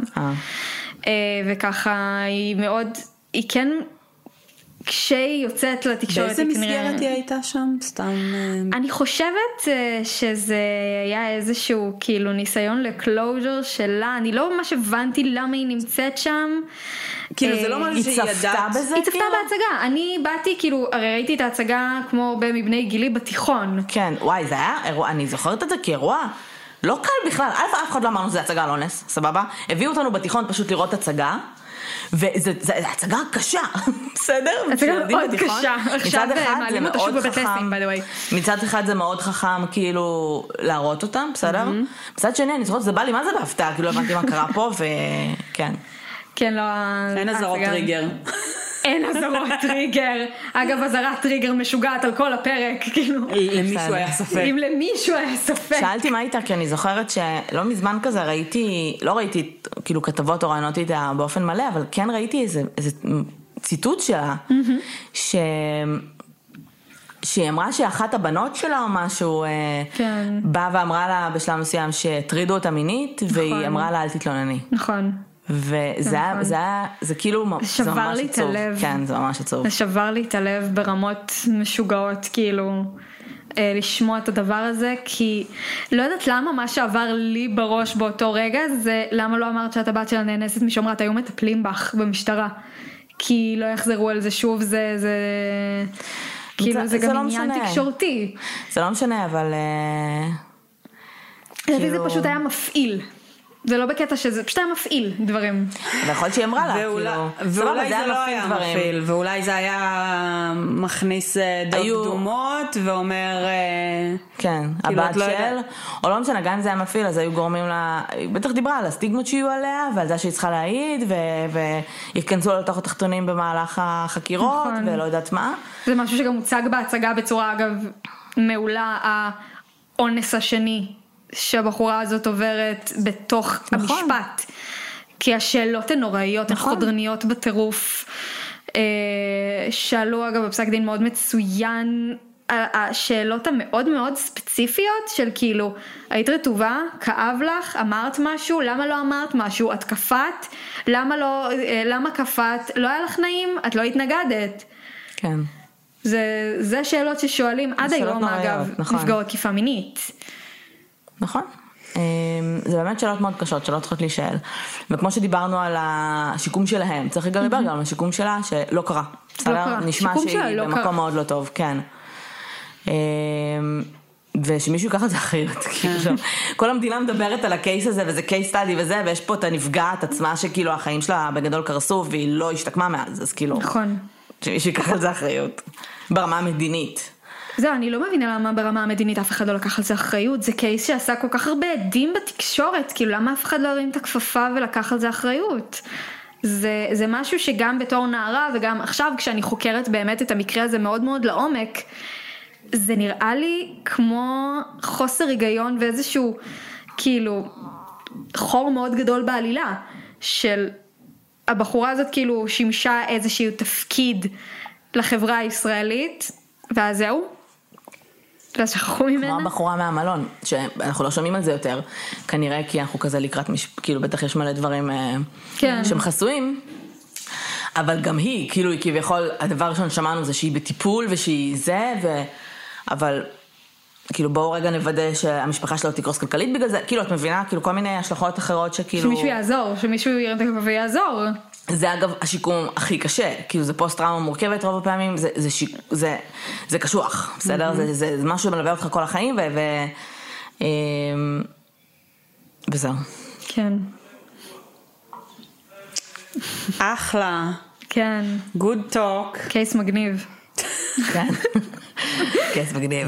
וככה היא מאוד, היא כן, כשהיא יוצאת לתקשורת... באיזה מסגרת היא הייתה שם? סתם... אני חושבת שזה היה איזשהו כאילו ניסיון לקלוז'ר שלה, אני לא ממש הבנתי למה היא נמצאת שם. כאילו זה לא משהו שהיא ידעת. היא צפתה בהצגה, אני באתי כאילו, הרי ראיתי את ההצגה כמו הרבה מבני גילי בתיכון. כן, וואי, זה היה אירוע, אני זוכרת את זה כאירוע לא קל בכלל, אף אחד לא אמרנו שזה הצגה על אונס, סבבה? הביאו אותנו בתיכון פשוט לראות הצגה, וזה הצגה קשה, בסדר? הצגה מאוד קשה, עכשיו מעלים אותה שוב בבית לסינג, by the way. מצד אחד זה מאוד חכם, כאילו, להראות אותם, בסדר? מצד שני, אני זוכרת, זה בא לי, מה זה בהפתעה? כאילו, הבנתי מה קרה פה, וכן. כן, לא... אין אזהרות טריגר. אין אזהרות טריגר. אגב, אזהרת טריגר משוגעת על כל הפרק, כאילו. למישהו היה ספק. אם למישהו היה ספק. שאלתי מה איתה, כי אני זוכרת שלא מזמן כזה ראיתי, לא ראיתי כאילו כתבות או רעיונות איתה באופן מלא, אבל כן ראיתי איזה, איזה ציטוט שלה, ש... שהיא אמרה שאחת הבנות שלה או משהו, כן. באה ואמרה לה בשלב מסוים שטרידו אותה מינית, והיא אמרה לה אל תתלונני. נכון. וזה היה, זה היה, זה כאילו, זה ממש עצוב. כן, זה ממש עצוב. זה שבר לי את הלב ברמות משוגעות, כאילו, לשמוע את הדבר הזה, כי לא יודעת למה מה שעבר לי בראש באותו רגע, זה למה לא אמרת שאת הבת שלה נאנסת משומרת, היו מטפלים בך במשטרה, כי לא יחזרו על זה שוב, זה, זה, כאילו, זה גם עניין תקשורתי. זה לא משנה, אבל... זה פשוט היה מפעיל. זה לא בקטע שזה פשוט היה מפעיל דברים. ויכול להיות שהיא אמרה לה, ואולי זה לא היה מפעיל, ואולי זה היה מכניס דעות קדומות, ואומר... כן, הבת של, או לא משנה, גם אם זה היה מפעיל, אז היו גורמים לה, בטח דיברה על הסטיגמות שיהיו עליה, ועל זה שהיא צריכה להעיד, ויתכנסו לתוך התחתונים במהלך החקירות, ולא יודעת מה. זה משהו שגם מוצג בהצגה בצורה, אגב, מעולה, האונס השני. שהבחורה הזאת עוברת בתוך נכון. המשפט, כי השאלות הן נוראיות, נכון. הן חודרניות בטירוף, שאלו אגב בפסק דין מאוד מצוין, השאלות המאוד מאוד ספציפיות של כאילו, היית רטובה, כאב לך, אמרת משהו, למה לא אמרת משהו, את קפאת, למה לא, למה קפאת, לא היה לך נעים, את לא התנגדת. כן. זה, זה שאלות ששואלים עד היום אגב, נכון. נפגעות תקיפה מינית. נכון. זה באמת שאלות מאוד קשות שלא צריכות להישאל. וכמו שדיברנו על השיקום שלהם, צריך גם לדבר גם על השיקום שלה שלא קרה. נשמע שהיא במקום מאוד לא טוב, כן. ושמישהו ייקח את זה אחרת. כל המדינה מדברת על הקייס הזה, וזה קייס סטאדי וזה, ויש פה את הנפגעת עצמה שכאילו החיים שלה בגדול קרסו, והיא לא השתקמה מאז, אז כאילו... נכון. שמישהו ייקח את זה אחריות. ברמה המדינית. זהו, אני לא מבינה למה ברמה המדינית אף אחד לא לקח על זה אחריות, זה קייס שעשה כל כך הרבה עדים בתקשורת, כאילו למה אף אחד לא הרים את הכפפה ולקח על זה אחריות? זה, זה משהו שגם בתור נערה וגם עכשיו כשאני חוקרת באמת את המקרה הזה מאוד מאוד לעומק, זה נראה לי כמו חוסר היגיון ואיזשהו כאילו חור מאוד גדול בעלילה של הבחורה הזאת כאילו שימשה איזשהו תפקיד לחברה הישראלית, ואז זהו. ואז שכחו ממנה. כמו הבחורה מהמלון, שאנחנו לא שומעים על זה יותר, כנראה כי אנחנו כזה לקראת, כאילו בטח יש מלא דברים כן. שהם חסויים, אבל גם היא, כאילו היא כביכול, הדבר ראשון שמענו זה שהיא בטיפול ושהיא זה, ו... אבל כאילו בואו רגע נוודא שהמשפחה שלה תקרוס כלכלית בגלל זה, כאילו את מבינה, כאילו כל מיני השלכות אחרות שכאילו... שמישהו יעזור, שמישהו יראה את הכפה ויעזור. זה אגב השיקום הכי קשה, כאילו זה פוסט טראומה מורכבת רוב הפעמים, זה, זה, שיק, זה, זה קשוח, בסדר? Mm-hmm. זה, זה, זה משהו שמלווה אותך כל החיים, ו... ו וזהו. כן. אחלה. כן. Good talk. קייס מגניב. כן. קייס מגניב.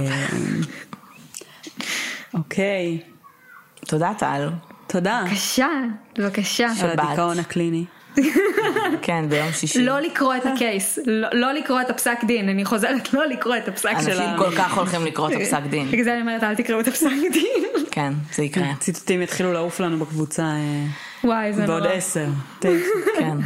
אוקיי. תודה טל. תודה. בבקשה, בבקשה. על הדיכאון הקליני. כן, ביום שישי. לא לקרוא את הקייס, לא לקרוא את הפסק דין, אני חוזרת לא לקרוא את הפסק שלה. אנשים כל כך הולכים לקרוא את הפסק דין. בגלל זה אני אומרת, אל תקראו את הפסק דין. כן, זה יקרה. ציטוטים יתחילו לעוף לנו בקבוצה וואי, זה נורא. בעוד עשר. כן.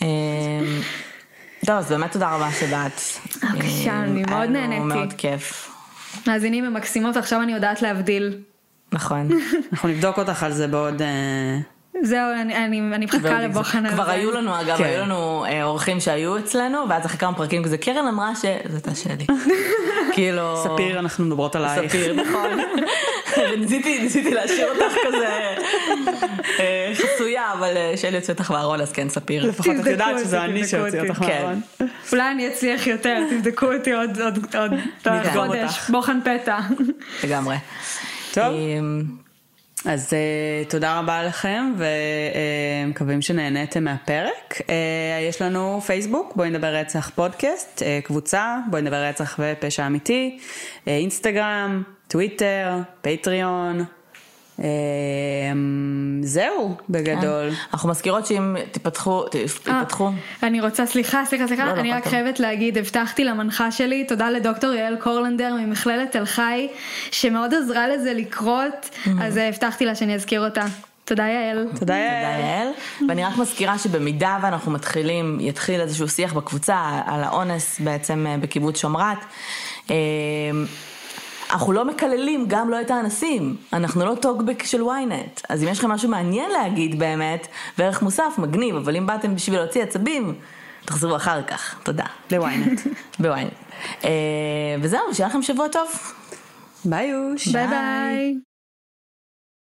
טוב, אז באמת תודה רבה שבאת. בבקשה, אני מאוד נהניתי. היה מאוד כיף. מאזינים הם מקסימות, עכשיו אני יודעת להבדיל. נכון. אנחנו נבדוק אותך על זה בעוד... זהו, אני, אני, אני מחכה לבוחן הזה. כבר היו לנו, אגב, היו לנו אורחים שהיו אצלנו, ואז אחרי כמה פרקים כזה, קרן אמרה שזאת השלי. כאילו... ספיר, אנחנו מדברות עלייך. ספיר, נכון. ניסיתי להשאיר אותך כזה חסויה, אבל שלי יוצא אותך מהארון, אז כן, ספיר. לפחות את יודעת שזה אני שיוצא אותך מהארון. אולי אני אצליח יותר, תבדקו אותי עוד חודש, בוחן פתע. לגמרי. טוב. אז uh, תודה רבה לכם, ומקווים שנהניתם מהפרק. Uh, יש לנו פייסבוק, בואי נדבר רצח פודקאסט, uh, קבוצה, בואי נדבר רצח ופשע אמיתי, uh, אינסטגרם, טוויטר, פטריון. Uh, זהו, בגדול. אנחנו מזכירות שאם תפתחו, תפתחו. אני רוצה, סליחה, סליחה, סליחה, אני רק חייבת להגיד, הבטחתי למנחה שלי, תודה לדוקטור יעל קורלנדר ממכללת תל חי, שמאוד עזרה לזה לקרות, אז הבטחתי לה שאני אזכיר אותה. תודה יעל. תודה יעל. ואני רק מזכירה שבמידה ואנחנו מתחילים, יתחיל איזשהו שיח בקבוצה על האונס בעצם בקיבוץ שומרת, אנחנו לא מקללים גם לא את האנסים, אנחנו לא טוקבק של וויינט, אז אם יש לכם משהו מעניין להגיד באמת, וערך מוסף, מגניב, אבל אם באתם בשביל להוציא עצבים, תחזרו אחר כך, תודה. בוויינט. בוויינט. וזהו, שיהיה לכם שבוע טוב. ביי יוש. ביי ביי.